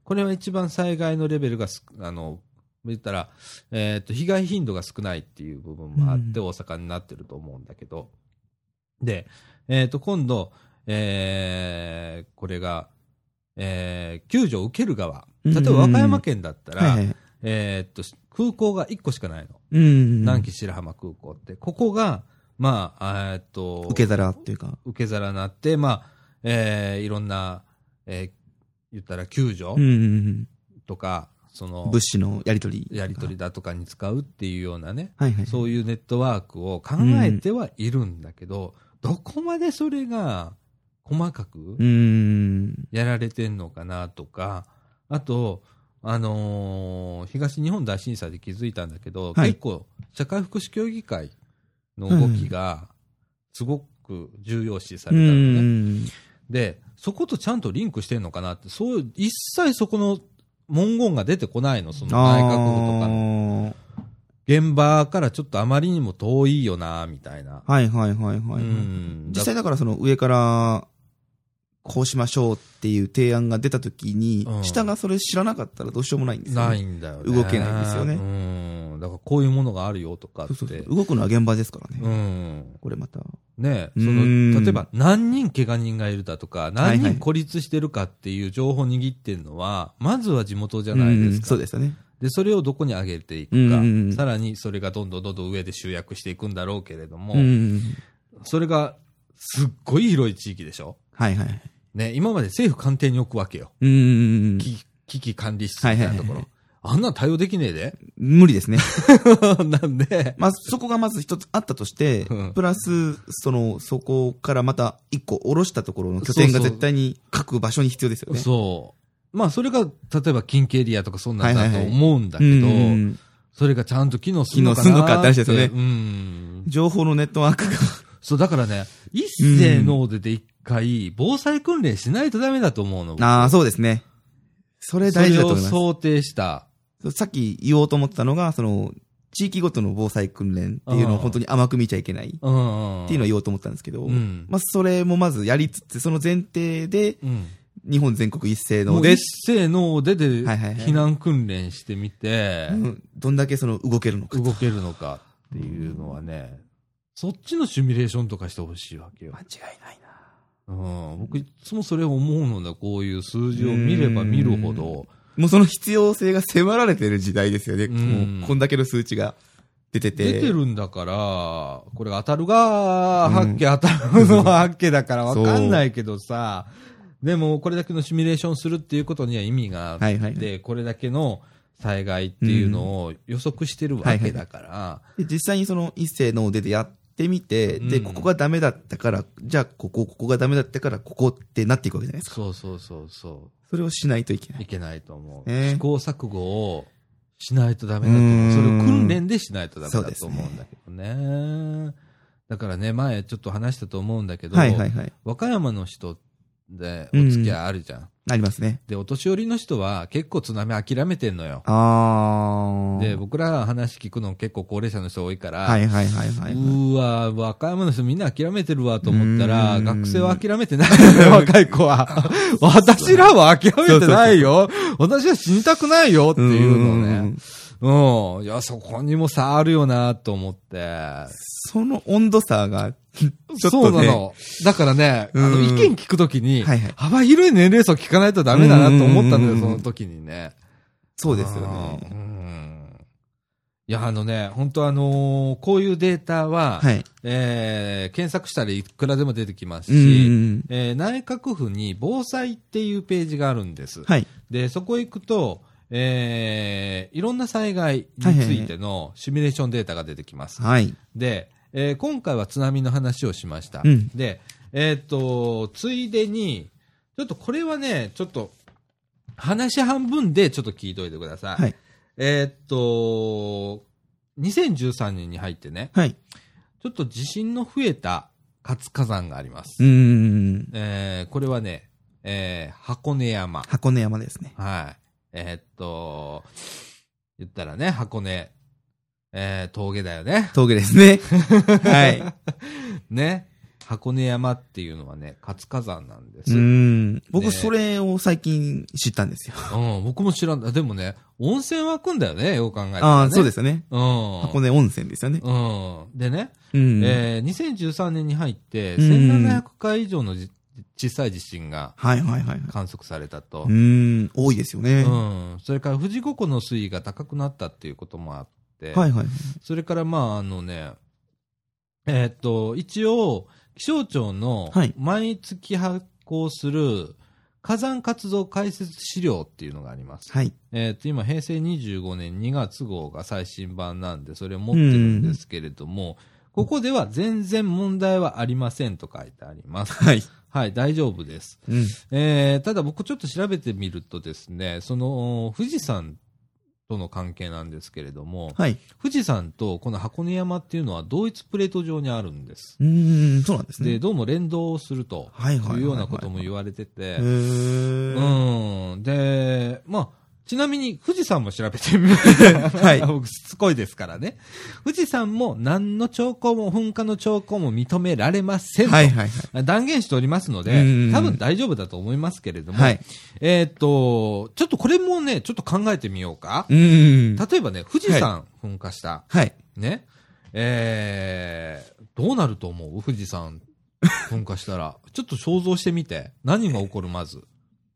これは一番災害のレベルが言ったら、被害頻度が少ないっていう部分もあって、大阪になってると思うんだけど。で、今度、これが、救助を受ける側。例えば和歌山県だったら、空港が1個しかないの。南紀白浜空港って。ここが、まあ、 受け皿っていうか。 受け皿になって、まあ、いろんな、言ったら救助とか、 物資のやり取りだとかに使うっていうようなね、 はいはい、 そういうネットワークを考えてはいるんだけど、どこまでそれが細かくやられてんのかなとか、あと、東日本大震災で気づいたんだけど、結構社会福祉協議会の動きがすごく重要視されたのね。で、そことちゃんとリンクしてんのかなって、そういう、一切そこの文言が出てこないの、その内閣府とかの。現場からちょっとあまりにも遠いよな、みたいな。 はいはいはいはい。実際だからその上から、こうしましょうっていう提案が出たときに、下がそれ知らなかったらどうしようもないんですよね。 ないんだよね。 動けないんですよね。 だからこういうものがあるよとかって。 そう動くのは現場ですからね。これまた。 ね例えば何人怪我人がいるだとか、何人孤立してるかっていう情報を握ってるのは、まずは地元じゃないですか。 そうですよね。 で、それをどこに上げていくか、さらにそれがどんどん上で集約していくんだろうけれども、それがすっごい広い地域でしょ。 はいはい。 ね、今まで政府官邸に置くわけよ。危機管理室みたいなところ。あんな対応できねえで。 無理ですね。 なんで。 まあ、そこがまず一つあったとして、プラス、そこからまた一個下ろしたところの拠点が絶対に各場所に必要ですよね。 そう。まあ、それが、例えば近畿エリアとかそんなんだと思うんだけど、それがちゃんと機能するのかなって。機能するのかって話ですよね。情報のネットワークが。そう、だからね、一斉ので一回、防災訓練しないとダメだと思うの。ああ、そうですね。それ大事だと思います。それを想定した。さっき言おうと思ったのが、地域ごとの防災訓練っていうのを本当に甘く見ちゃいけないっていうのを言おうと思ったんですけど、まあ、それもまずやりつつ、その前提で、日本全国一斉ので。一斉ので避難訓練してみて、どんだけ動けるのか。動けるのかっていうのはね、そっちのシミュレーションとかしてほしいわけよ。間違いないな。僕いつもそれを思うのだ、こういう数字を見れば見るほど。もうその必要性が迫られてる時代ですよね。もうこんだけの数値が出てて。出てるんだから、これが当たるが八卦、当たるのは八卦だからわかんないけどさ、でもこれだけのシミュレーションするっていうことには意味があって、これだけの災害っていうのを予測してるわけだから。実際に一斉のでやってみて、で、ここがダメだったから、じゃあここがダメだったから、ここってなっていくわけじゃないですか。そう。それをしないといけない。いけないと思う。試行錯誤をしないとダメだと思う。それを訓練でしないとダメだと思うんだけどね。だからね、前ちょっと話したと思うんだけど、和歌山の人でお付き合いあるじゃん。ありますね。で、お年寄りの人は結構津波諦めてんのよ。で、僕ら話聞くの結構高齢者の人多いから、うわ、和歌山の人みんな諦めてるわと思ったら、学生は諦めてないよね、若い子は。私らは諦めてないよ。私は死にたくないよっていうのね。いや、そこにも差あるよなと思って。その温度差が、ちょっとね。そうなの。だからね、意見聞くときに、幅広い年齢層聞かないとダメだなと思ったんだよ、その時にね。そうですよね。いや、本当こういうデータは、検索したらいくらでも出てきますし、内閣府に防災っていうページがあるんです。で、そこ行くと、いろんな災害についてのシミュレーションデータが出てきます。で、今回は津波の話をしました。で、ついでに、ちょっとこれはね、ちょっと、話半分でちょっと聞いといてください。2013年に入ってね、ちょっと地震の増えた活火山があります。これはね、箱根山。箱根山ですね。言ったらね、箱根、峠だよね。峠ですね。ね。 箱根山っていうのはね、活火山なんです。 僕それを最近知ったんですよ。 僕も知らんだ。でもね、温泉湧くんだよね、よく考えたら、ね。 ああ、そうですよね。箱根温泉ですよね。 でね、2013年に入って、1700回以上の小さい地震が観測されたと。 多いですよね。 それから富士五湖の水位が高くなったっていうこともあって、それから一応、気象庁の毎月発行する火山活動解説資料っていうのがあります。今、平成25年2月号が最新版なんで、それを持ってるんですけれども、ここでは全然問題はありませんと書いてあります。大丈夫です。ただ僕ちょっと調べてみるとですね、その富士山との関係なんですけれども、富士山とこの箱根山っていうのは同一プレート上にあるんです。 そうなんですね。 で、どうも連動するというようなことも言われてて、で、ちなみに富士山も調べてみる。僕しつこいですからね。富士山も何の兆候も噴火の兆候も認められませんと断言しておりますので、多分大丈夫だと思いますけれども、ちょっとこれもね、ちょっと考えてみようか。例えばね、富士山噴火した。ね。どうなると思う？富士山噴火したら。ちょっと想像してみて。何が起こるまず。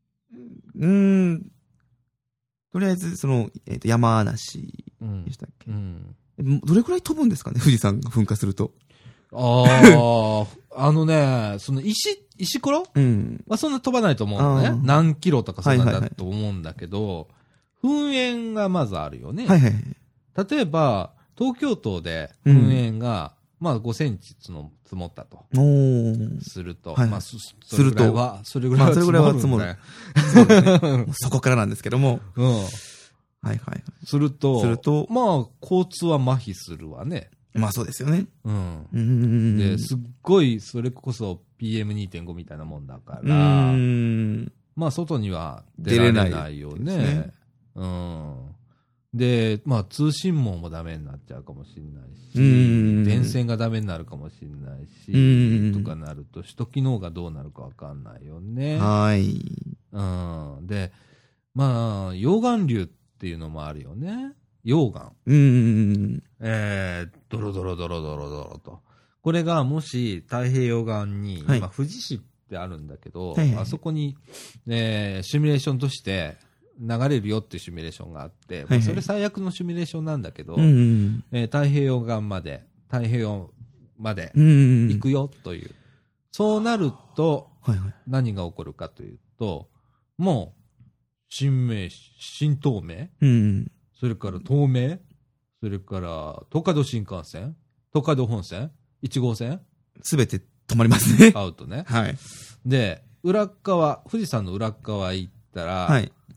とりあえず、山梨でしたっけ、どれくらい飛ぶんですかね、富士山が噴火すると。 その石ころはそんな飛ばないと思うのね。何キロとかそんなんだと思うんだけど、噴煙がまずあるよね。例えば、東京都で噴煙が、5センチ積もったと。すると。それぐらいは積もるんだよ。 そこからなんですけども。 すると、交通は麻痺するわね。 そうですよね。 で、すっごい、それこそ PM2.5 みたいなもんだから、外には出られないよね。で、通信網もダメになっちゃうかもしれないし、電線がダメになるかもしれないし、とかなると、首都機能がどうなるかわかんないよね。で、溶岩流っていうのもあるよね。溶岩。ドロドロドロドロドロと。これがもし太平洋側に、富士市ってあるんだけど、あそこに、シミュレーションとして、流れるよっていうシミュレーションがあって、それ最悪のシミュレーションなんだけど、太平洋まで行くよという。そうなると、何が起こるかというと、もう、新東名、それから東名、それから東海道新幹線、東海道本線、1号線、 すべて止まりますね。 アウトね。で、富士山の裏側行ったら、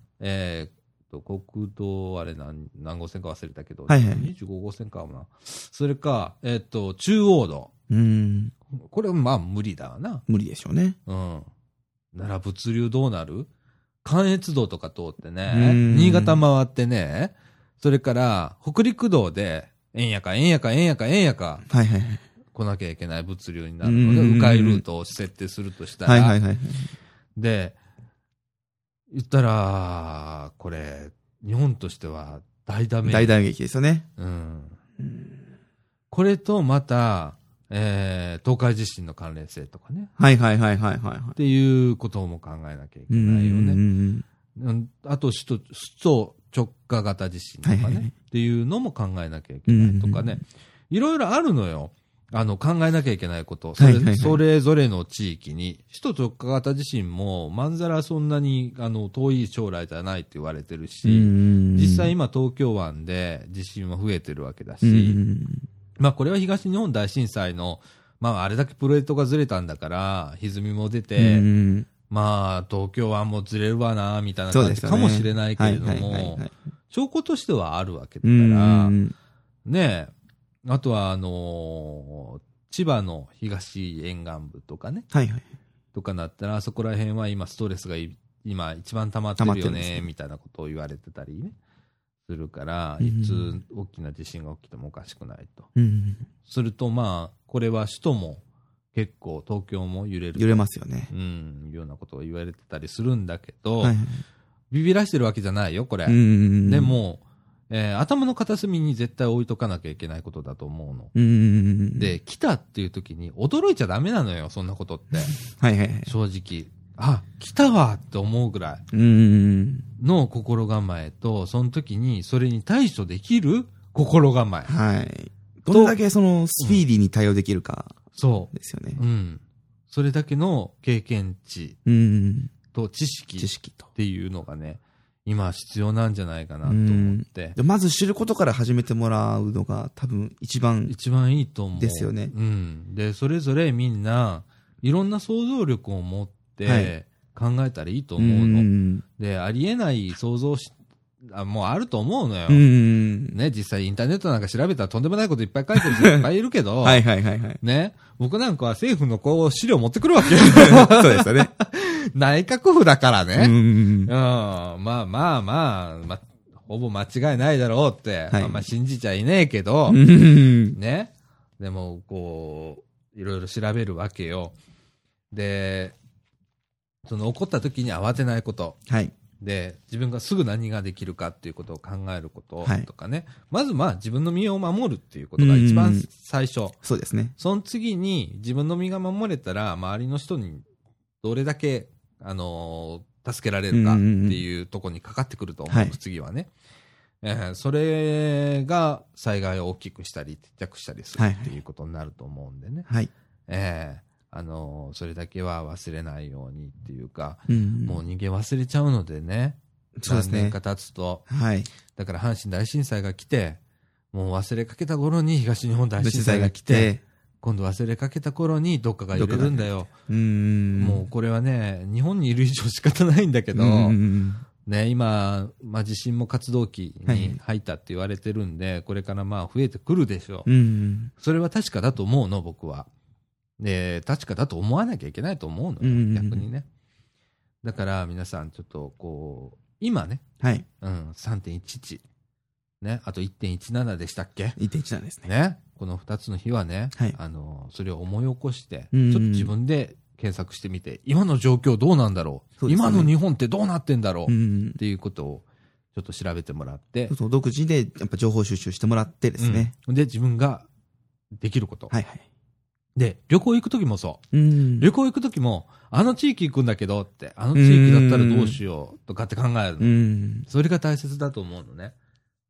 国道、何号線か忘れたけど、25号線かもな。それか、中央道。これは無理だわな。 無理でしょうね。 なら物流どうなる？関越道とか通ってね、新潟回ってね、それから北陸道で、円やか、来なきゃいけない物流になるので、迂回ルートを設定するとしたら、で、言ったら、これ、日本としては大打撃ですよね。 これとまた、東海地震の関連性とかね。っていうことも考えなきゃいけないよね。あと、首都直下型地震とかね。っていうのも考えなきゃいけないとかね。いろいろあるのよ。考えなきゃいけないこと。それぞれの地域に。首都直下型地震も、まんざらそんなに、遠い将来じゃないって言われてるし、実際今東京湾で地震は増えてるわけだし、これは東日本大震災の、あれだけプレートがずれたんだから、歪みも出て、東京湾もずれるわな、みたいな感じかもしれないけれども、証拠としてはあるわけだから、ねえ、あとは、千葉の東沿岸部とかね、とかなったら、そこら辺は今ストレスが今一番溜まってるよね、みたいなことを言われてたりね。するから、いつ大きな地震が起きてもおかしくないと。すると、これは首都も結構東京も揺れる。 揺れますよね。 いうようなことを言われてたりするんだけど、ビビらしてるわけじゃないよ、これ。でも、頭の片隅に絶対置いとかなきゃいけないことだと思うの。で、来たっていう時に驚いちゃダメなのよ、そんなことって。正直。あ、来たわって思うぐらいの心構えと、その時にそれに対処できる心構え。 どれだけそのスピーディーに対応できるか。そう。ですよね。 それだけの経験値と知識っていうのがね、今必要なんじゃないかなと思って。 まず知ることから始めてもらうのが多分一番いいと思う。 ですよね。 で、それぞれみんないろんな想像力を持って考えたらいいと思うの。で、ありえない想像もうあると思うのよ。ね、実際インターネットなんか調べたらとんでもないこといっぱい書いてる人いっぱいいるけど、ね、僕なんかは政府のこう資料持ってくるわけ。 そうですよね。 内閣府だからね。まあ、ほぼ間違いないだろうって、あんま信じちゃいねえけど、ね。でも、こう、いろいろ調べるわけよ。で、その起こった時に慌てないこと。で、自分がすぐ何ができるかっていうことを考えることとかね。まず自分の身を守るっていうことが一番最初。 そうですね。 その次に自分の身が守れたら、周りの人にどれだけ、助けられるかっていうところにかかってくると思う、次はね。それが災害を大きくしたり、撤着したりするっていうことになると思うんでね。それだけは忘れないようにっていうか、もう人間忘れちゃうのでね。何年か経つと。だから阪神大震災が来て、もう忘れかけた頃に東日本大震災が来て、今度忘れかけた頃にどっかが揺れるんだよ。もうこれはね、日本にいる以上仕方ないんだけど、ね、今、地震も活動期に入ったって言われてるんで、これから増えてくるでしょう。それは確かだと思うの、僕は。で、確かだと思わなきゃいけないと思うのよ、逆にね。だから皆さんちょっとこう、今ね、3.11、ね、あと 1.17 でしたっけ？ 1.17 ですね。 ね、この2つの日はね、それを思い起こして、ちょっと自分で検索してみて、今の状況どうなんだろう、今の日本ってどうなってんだろうっていうことをちょっと調べてもらって、 独自でやっぱ情報収集してもらってですね。 で、自分ができること。で、旅行行くときもそう。旅行行くときも、あの地域行くんだけどって、あの地域だったらどうしようとかって考えるの。それが大切だと思うのね。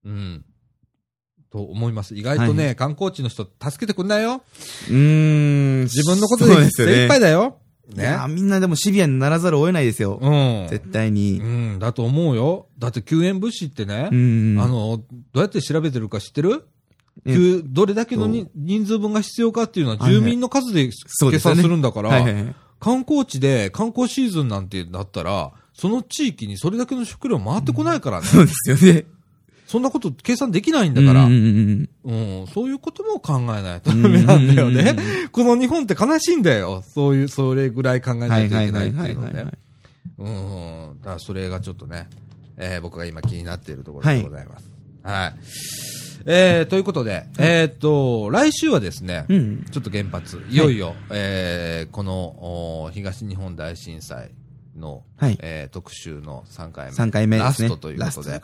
と思います。意外とね、観光地の人助けてくんないよ。自分のことで精一杯だよ。 ね。いや、みんなでもシビアにならざるを得ないですよ。絶対に。 だと思うよ。だって救援物資ってね、どうやって調べてるか知ってる？どれだけの人数分が必要かっていうのは住民の数で計算するんだから、観光地で観光シーズンなんてなったら、その地域にそれだけの食料回ってこないからね。 そうですよね。そんなこと計算できないんだから、そういうことも考えないとダメなんだよね。この日本って悲しいんだよ。それぐらい考えないといけないっていうのね。だからそれがちょっとね、僕が今気になっているところでございます。ということで、来週はですね、ちょっと原発、いよいよ、この東日本大震災の、特集の3回目、ラストということで、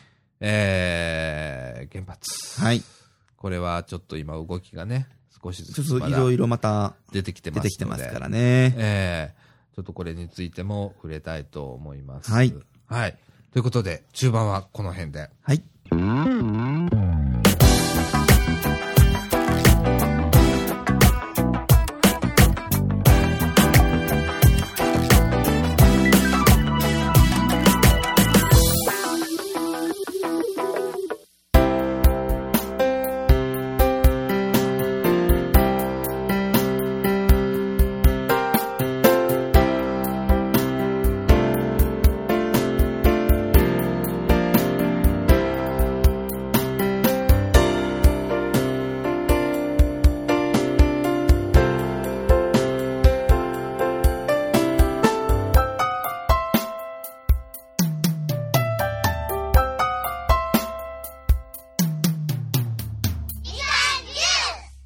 原発。これはちょっと今動きがね、少しずついろいろまた出てきてますからね。 ちょっとこれについても触れたいと思います。ということで、中盤はこの辺で。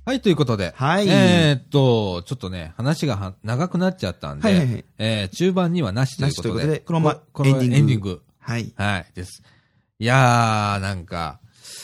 はい、ということで。 はい。 ちょっとね、話が長くなっちゃったんで、はいはいはい、中盤にはなしということで。 このままエンディング。 はい。はい、です。いやー、なんか、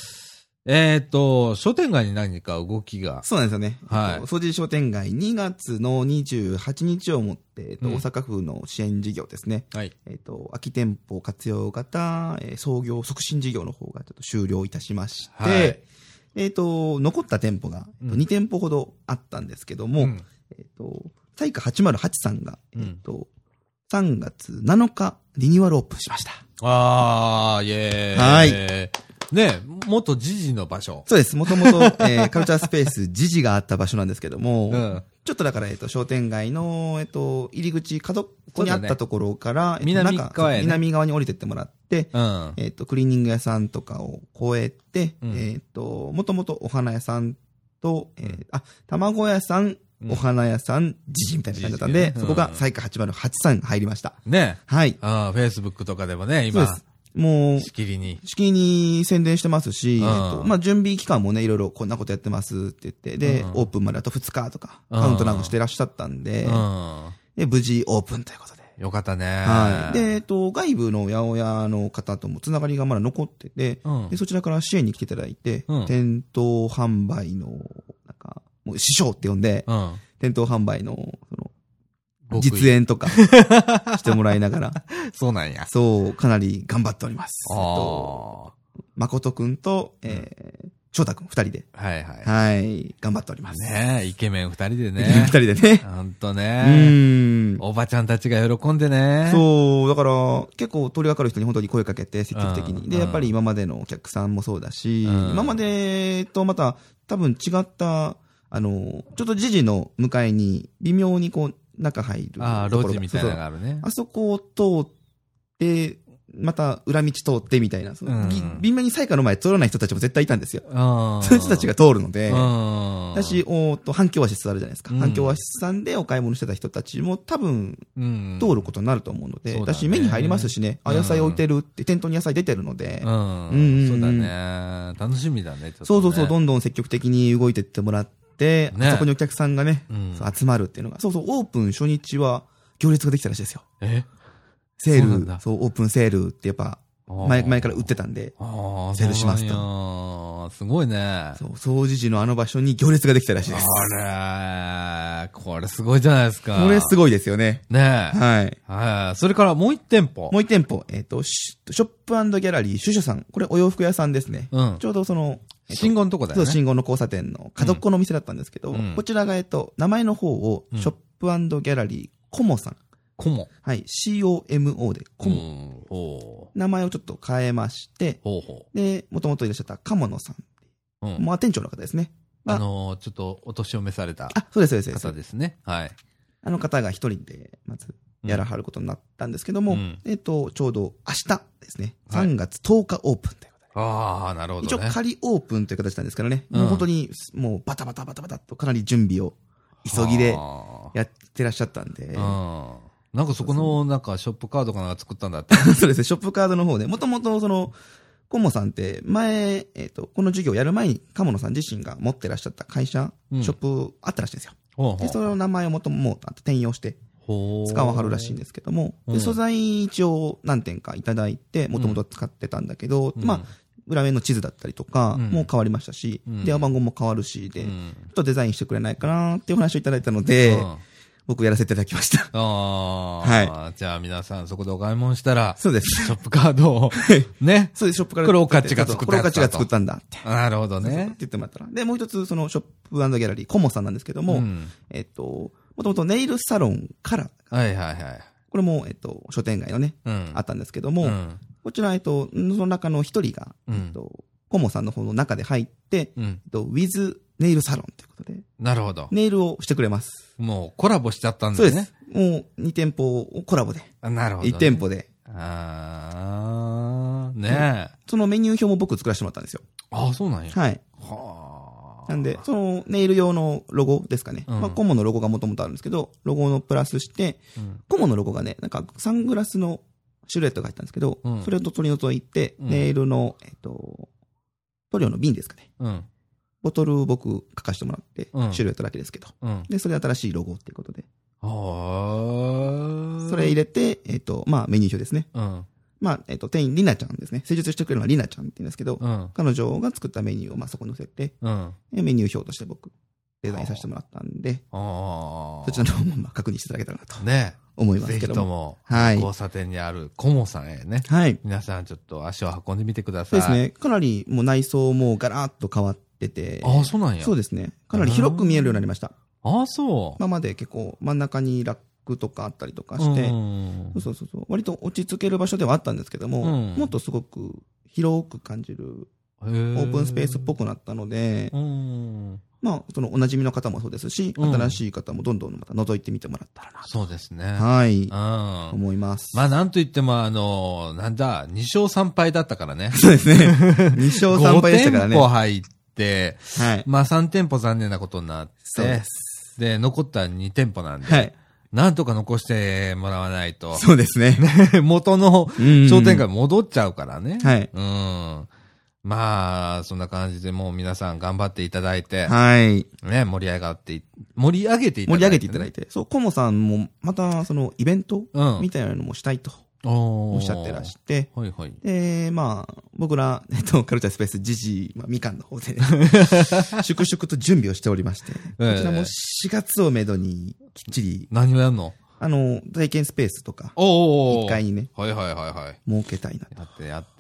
商店街に何か動きが。 そうなんですよね。 はい。 掃除商店街2月の28日をもって、大阪府の支援事業ですね。 はい。 空き店舗活用型、創業促進事業の方がちょっと終了いたしまして、はい。残った店舗が2店舗ほどあったんですけども、彩花808さんが、3月7日リニューアルオープンしました。 イェーイ。 はい。 ね、元ジジの場所。 そうです。もともと、カルチャースペースジジがあった場所なんですけども、ちょっとだから、商店街の、入り口、角っこにあったところから、 南側へ、ね、 南側に降りてってもらって、クリーニング屋さんとかを越えて、もともとお花屋さんと、卵屋さん、お花屋さん、ジジみたいな感じだったんで、そこが彩花808さん入りました。 ね。 はい。 Facebook とかでもね、今。そうです。 もう、 しきりに宣伝してますし、準備期間もね、いろいろこんなことやってますって言って、で、オープンまであと2日とか、カウントダウンしてらっしゃったんで、で、無事オープンということで。 よかったね。 はい。で、外部の八百屋の方ともつながりがまだ残ってて、でそちらから支援に来ていただいて、店頭販売の、なんか、もう師匠って呼んで、店頭販売の、実演とかしてもらいながら。 そうなんや。 そう、かなり頑張っております。誠くんと、翔太くん二人で。 はいはい。 はい。頑張っております。 ねえ、イケメン二人でね。 イケメン二人でね。 ほんとね。おばちゃんたちが喜んでね。 そう、だから、結構通りがかる人に本当に声かけて、積極的に。で、やっぱり今までのお客さんもそうだし、今までとまた多分違った、ちょっと時事の向かいに微妙にこう、中入る。 路地みたいなのがあるね。 あそこを通って、また裏道通ってみたいな。微妙に彩花の前通らない人たちも絶対いたんですよ。そういう人たちが通るので。だし、反響オアシスあるじゃないですか。反響オアシスさんでお買い物してた人たちも多分、通ることになると思うので。だし、目に入りますしね。野菜置いてるって、店頭に野菜出てるので。 そうだね。楽しみだね。 そうそうそう、どんどん積極的に動いてってもらって、そこにお客さんがね、集まるっていうのが。そうそう、オープン初日は行列ができたらしいですよ。セール、そう、オープンセールってやっぱ、前から売ってたんで、セールしますと。 すごいね。 そう、掃除時のあの場所に行列ができたらしいです。 これすごいじゃないですか。 これすごいですよね。 ねはい。 はい。それからもう一店舗。 もう一店舗。ショップ&ギャラリー、シュシュさん。これお洋服屋さんですね。ちょうどその、 信号のとこだよね。 そう、信号の交差点の角っこの店だったんですけど、こちらが名前の方を、ショップ&ギャラリー、コモさん。 コモ。 はい。COMO で、コモ。名前をちょっと変えまして、で、もともといらっしゃった鴨野さん。まあ、店長の方ですね。 ちょっとお年を召された。 そうです、そうです。 方ですね。はい。 あの方が一人で、まず、やらはることになったんですけども、ちょうど明日ですね。3月10日オープンということで。 なるほど。 一応仮オープンという形なんですからね。もう本当に、もうバタバタとかなり準備を急ぎでやってらっしゃったんで。 なんかそこの、なんかショップカードかなんか作ったんだって。 そうですね、ショップカードの方で。もともとコモさんって前、この授業やる前に鴨野さん自身が持ってらっしゃった会社、ショップあったらしいんですよ。で、その名前をもう転用して使わはるらしいんですけども、で素材一応何点かいただいて、もともと使ってたんだけど、まあ、裏面の地図だったりとかも変わりましたし、電話番号も変わるしで、ちょっとデザインしてくれないかなっていう話をいただいたので、僕やらせていただきました。 はい。じゃあ皆さんそこでお買い物したら、 そうです。 ショップカードを、ね。 そうです、ショップカード。 これオカッチが作った。 これオカッチが作ったんだって。 なるほどね。 って言ってもらったら。で、もう一つ、そのショップ&ギャラリー、コモさんなんですけども、もともとネイルサロンから、 はいはいはい。 これも、書店街のね、あったんですけども、こちら、その中の一人が、コモさんの方の中で入って、with ネイルサロンということで。 なるほど。 ネイルをしてくれます。 もうコラボしちゃったんですね。 そうです。もう2店舗をコラボで。 なるほど、 1店舗で。 ねえ。 そのメニュー表も僕作らせてもらったんですよ。 そうなんや。 はい。なんで、そのネイル用のロゴですかね。まあ、コモのロゴがもともとあるんですけど、ロゴのプラスして、コモのロゴがね、なんかサングラスのシルエットが入ったんですけど、それを取り除いて、ネイルの、塗料の瓶ですかね。 ボトル僕書かせてもらって、種類やっただけですけど。で、それ新しいロゴっていうことで。それ入れて、まあ、メニュー表ですね。まあ、店員、りなちゃんですね。施術してくれるのはりなちゃんって言うんですけど、彼女が作ったメニューをまあそこに載せて、メニュー表として僕、デザインさせてもらったんで、そちらの方もまあ確認していただけたらなと。ね。思いますけども。ぜひとも、 交差点にあるコモさんへね。はい。皆さんちょっと足を運んでみてください。 そうですね。かなりもう内装もガラッと変わってて。 そうなんや。 そうですね。かなり広く見えるようになりました。 そう。 今まで結構真ん中にラックとかあったりとかして、そう割と落ち着ける場所ではあったんですけども、もっとすごく広く感じるオープンスペースっぽくなったので、まあ、そのお馴染みの方もそうですし、新しい方もどんどんまた覗いてみてもらったらなと。 そうですね。 はい。思います。 まあ、なんといっても、なんだ、2勝3敗だったからね。 そうですね。2勝3敗でしたからね。 5店舗入って、はい。まあ、3店舗残念なことになって、そうです。で、残った2店舗なんで、はい。なんとか残してもらわないと。 そうですね。 元の商店街戻っちゃうからね。はい。まあ、そんな感じでもう皆さん頑張っていただいて。はい。ね、盛り上げていただいて。 そう、コモさんもまたそのイベントみたいなのもしたいと。おっしゃってらして。はいはい。で、まあ、僕ら、カルチャースペースジジイ、まあ、みかんの方で、粛々と準備をしておりまして。こちらも4月をめどにきっちり。 何をやるの？ 体験スペースとか、1階にね、 はいはいはいはい。 設けたいなと。 やって。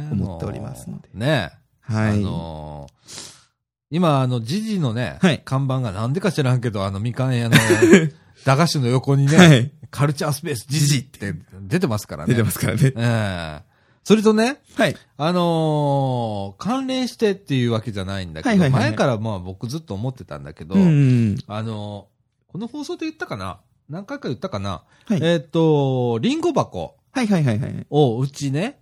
思っておりますので。 ね。はい。今、ジジのね、看板がなんでか知らんけど、みかん屋の、駄菓子の横にね、カルチャースペースジジって出てますからね。 出てますからね。 それとね、はい。関連してっていうわけじゃないんだけど、前からまあ僕ずっと思ってたんだけど、この放送で言ったかな？何回か言ったかな？はい。リンゴ箱。はいはいはいはい。をうちね、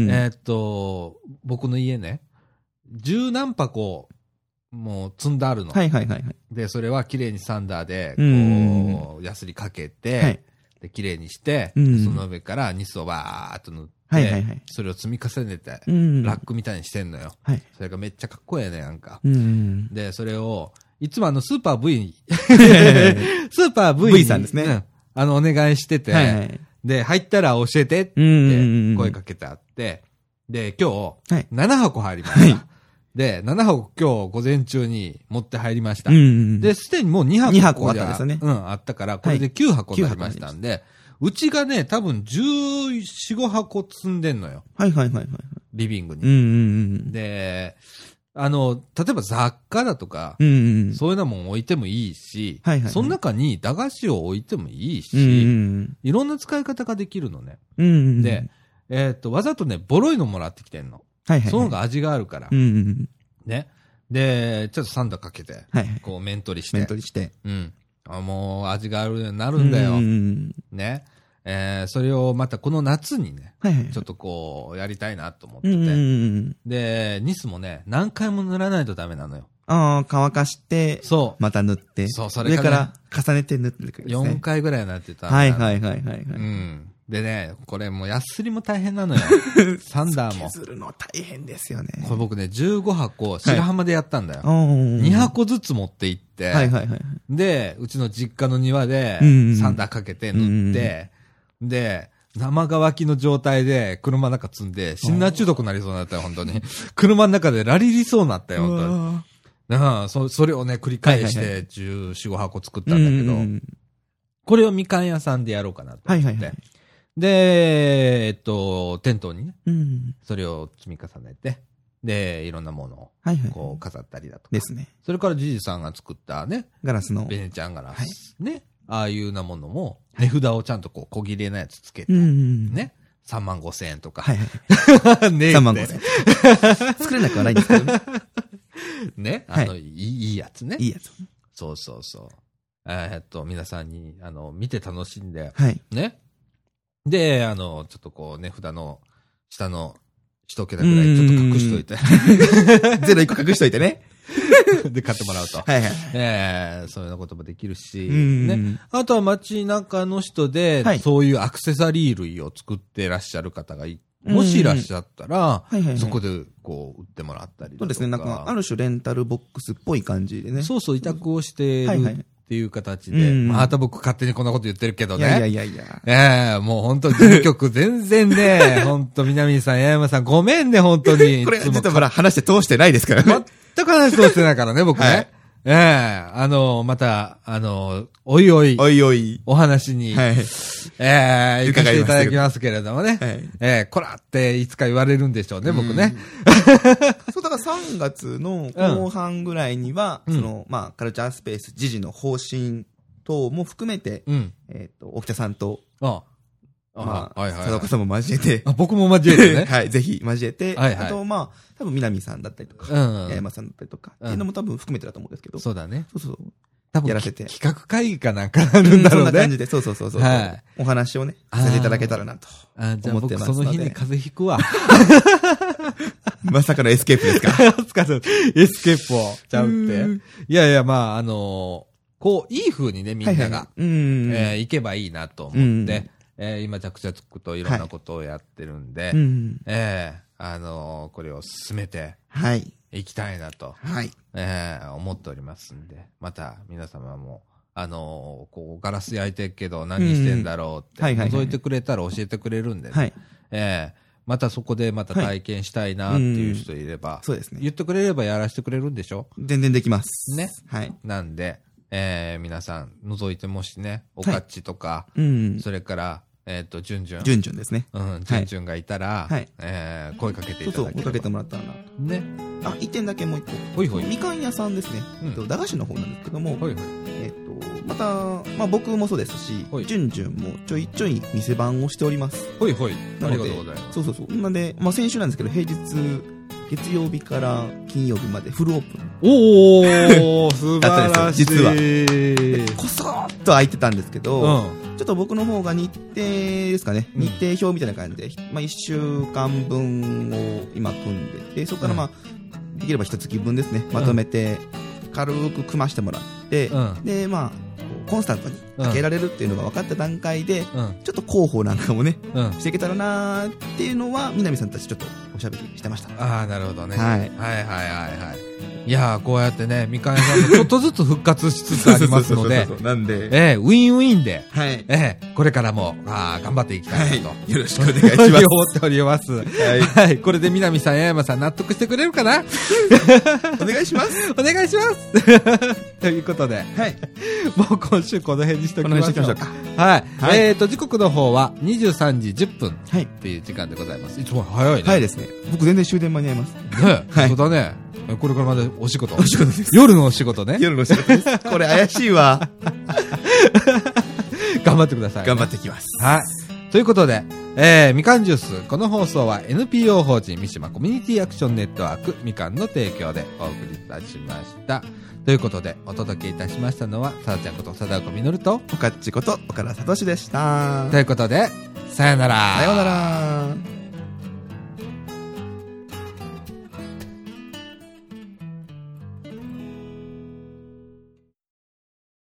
僕の家ね、10何箱もう積んであるの。はいはいはい。で、それは綺麗にサンダーで、こう、ヤスリかけて、はい、で、綺麗にして、その上からニスをバーっと塗って、はいはいはい、それを積み重ねて、ラックみたいにしてんのよ。はい。それがめっちゃかっこええね、なんか。で、それを、いつもスーパー V スーパー V さんですね。 お願いしてて、はいはい、で、入ったら教えてって声かけてあって、で、今日、7箱入りました。はい、で、7箱今日午前中に持って入りました。で、すでにもう2箱あったんですよね。 あったから、これで9箱になりましたんで、うちがね、多分14、5箱積んでんのよ。はいはいはいはい。リビングに。で、例えば雑貨だとか、そういうようなもん置いてもいいし、その中に駄菓子を置いてもいいし、いろんな使い方ができるのね。で、わざとね、ボロいのもらってきてんの。その方が味があるから。ね。で、ちょっとサンダーかけて、こう、面取りして。 面取りして。 もう味があるようになるんだよ。ね。それをまたこの夏にね、ちょっとこう、やりたいなと思ってて。で、ニスもね、何回も塗らないとダメなのよ。 乾かして、そう。また塗って、そう、それから、重ねて塗ってるからですね。 4回ぐらいになってた。 はいはいはいはい。 でね、これもうヤスリも大変なのよ。サンダーも。 削るの大変ですよね。 これ僕ね、15箱、白浜でやったんだよ。2箱ずつ持って行って、で、うちの実家の庭で、サンダーかけて塗って、で、生乾きの状態で車の中積んで、シンナー中毒になりそうになったよ、本当に。車の中でラリりそうになったよ、本当に。それをね、繰り返して、14、15箱作ったんだけど、これをみかん屋さんでやろうかなと思って。で、店頭にね、それを積み重ねて、で、いろんなものを、こう、飾ったりだとか。ですね。それからじいさんが作ったね、 ガラスの。 ベネチアンガラス。ね。ああいうようなものも、値札をちゃんとこう、小切れなやつつけて、ね。35,000円とか。はいはい。 35,000円。作れなくはないんですけどね。 ね。いいやつね。 いいやつ。 そうそうそう。皆さんに、見て楽しんで、ね。で、ちょっとこう、値札の下の一桁ぐらいちょっと隠しといて。 0一個隠しといてね。 で、買ってもらうと。 はいはい。 そういうようなこともできるし、ね。あとは街中の人で、そういうアクセサリー類を作ってらっしゃる方がいもしいらっしゃったら、そこでこう売ってもらったりとか。 そうですね。なんか、ある種レンタルボックスっぽい感じでね。 そうそう、委託をしてるっていう形で。また僕勝手にこんなこと言ってるけどね。 いや。 もう本当事務局全然ね、本当南さん、八重山さんごめんね、本当に。 これ、ちょっとほら、話して通してないですからね。 全く話通してないからね、僕ね。また、おいおい、お話に、行かせていただきますけれどもね。こらっていつか言われるんでしょうね、僕ね。 そう、だから3月の後半ぐらいには、カルチャースペース時事の方針等も含めて、沖田さんと、佐岡さんも交えて。 僕も交えてね。 はい、ぜひ交えて。あと、多分南さんだったりとか、八重山さんだったりとか、っていうのも多分含めてだと思うんですけど。 そうだね。 そう。 多分やらせて。 企画会議かなんかあるんだろうね。 そんな感じで、そう。お話をね、させていただけたらなと。 じゃあ僕その日に風邪ひくわ。 まさかのエスケープですか。 エスケープをちゃうって。いや、こう、いい風にね、みんなが、行けばいいなと思って、今、着々といろんなことをやってるんで、これを進めて、いきたいなと、思っておりますんで、また皆様も、こう、ガラス焼いてるけど何してんだろうって、覗いてくれたら教えてくれるんでね、またそこでまた体験したいなっていう人いれば、 そうですね。 言ってくれればやらせてくれるんでしょ？ 全然できます。 ね。なんで、皆さん覗いてもしね、おかっちとか、それから、じゅんじゅんですね。 じゅんじゅんがいたら、声かけていただければ。 そう、声かけてもらったらなと。 ね。 一点だけもう一個。みかん屋さんですね。駄菓子の方なんですけども、また、僕もそうですし、じゅんじゅんもちょいちょい店番をしております。 ありがとうございます。 そう。なんで、先週なんですけど、平日、月曜日から金曜日までフルオープン。 おー、素晴らしい。 実は。こそーっと空いてたんですけど、ちょっと僕の方が日程ですかね、日程表みたいな感じで、1週間分を今組んでて、そこからできれば1月分ですね、まとめて、軽く組ましてもらって、で、コンスタントにかけられるっていうのが分かった段階で、ちょっと広報なんかもね、していけたらなーっていうのは、南さんたちちょっとおしゃべりしてました。 ああ、なるほどね。はい。いやー、こうやってね、みかん屋さんもちょっとずつ復活しつつありますので、 なんで、 ウィンウィンで、これからも、頑張っていきたいなと。 よろしくお願いします。思っております。はい。これで南さん、八重山さん納得してくれるかなお願いします。 お願いしますということで、もう今週この辺にしときましょう。はい。時刻の方は23時10分っていう時間でございます。いつも早いね。 早いですね。僕全然終電間に合います。 ね。そうだね。これからまでお仕事。 お仕事です。 夜のお仕事ね。 夜のお仕事です。これ怪しいわ。 頑張ってください。 頑張ってきます。 はい。ということで、みかんジュース。この放送は NPO 法人三島コミュニティアクションネットワークみかんの提供でお送りいたしました。ということで、お届けいたしましたのは、さだちゃんこと貞岡実と、 おかっちこと岡田聡でした。 ということで、さよなら。 さよなら。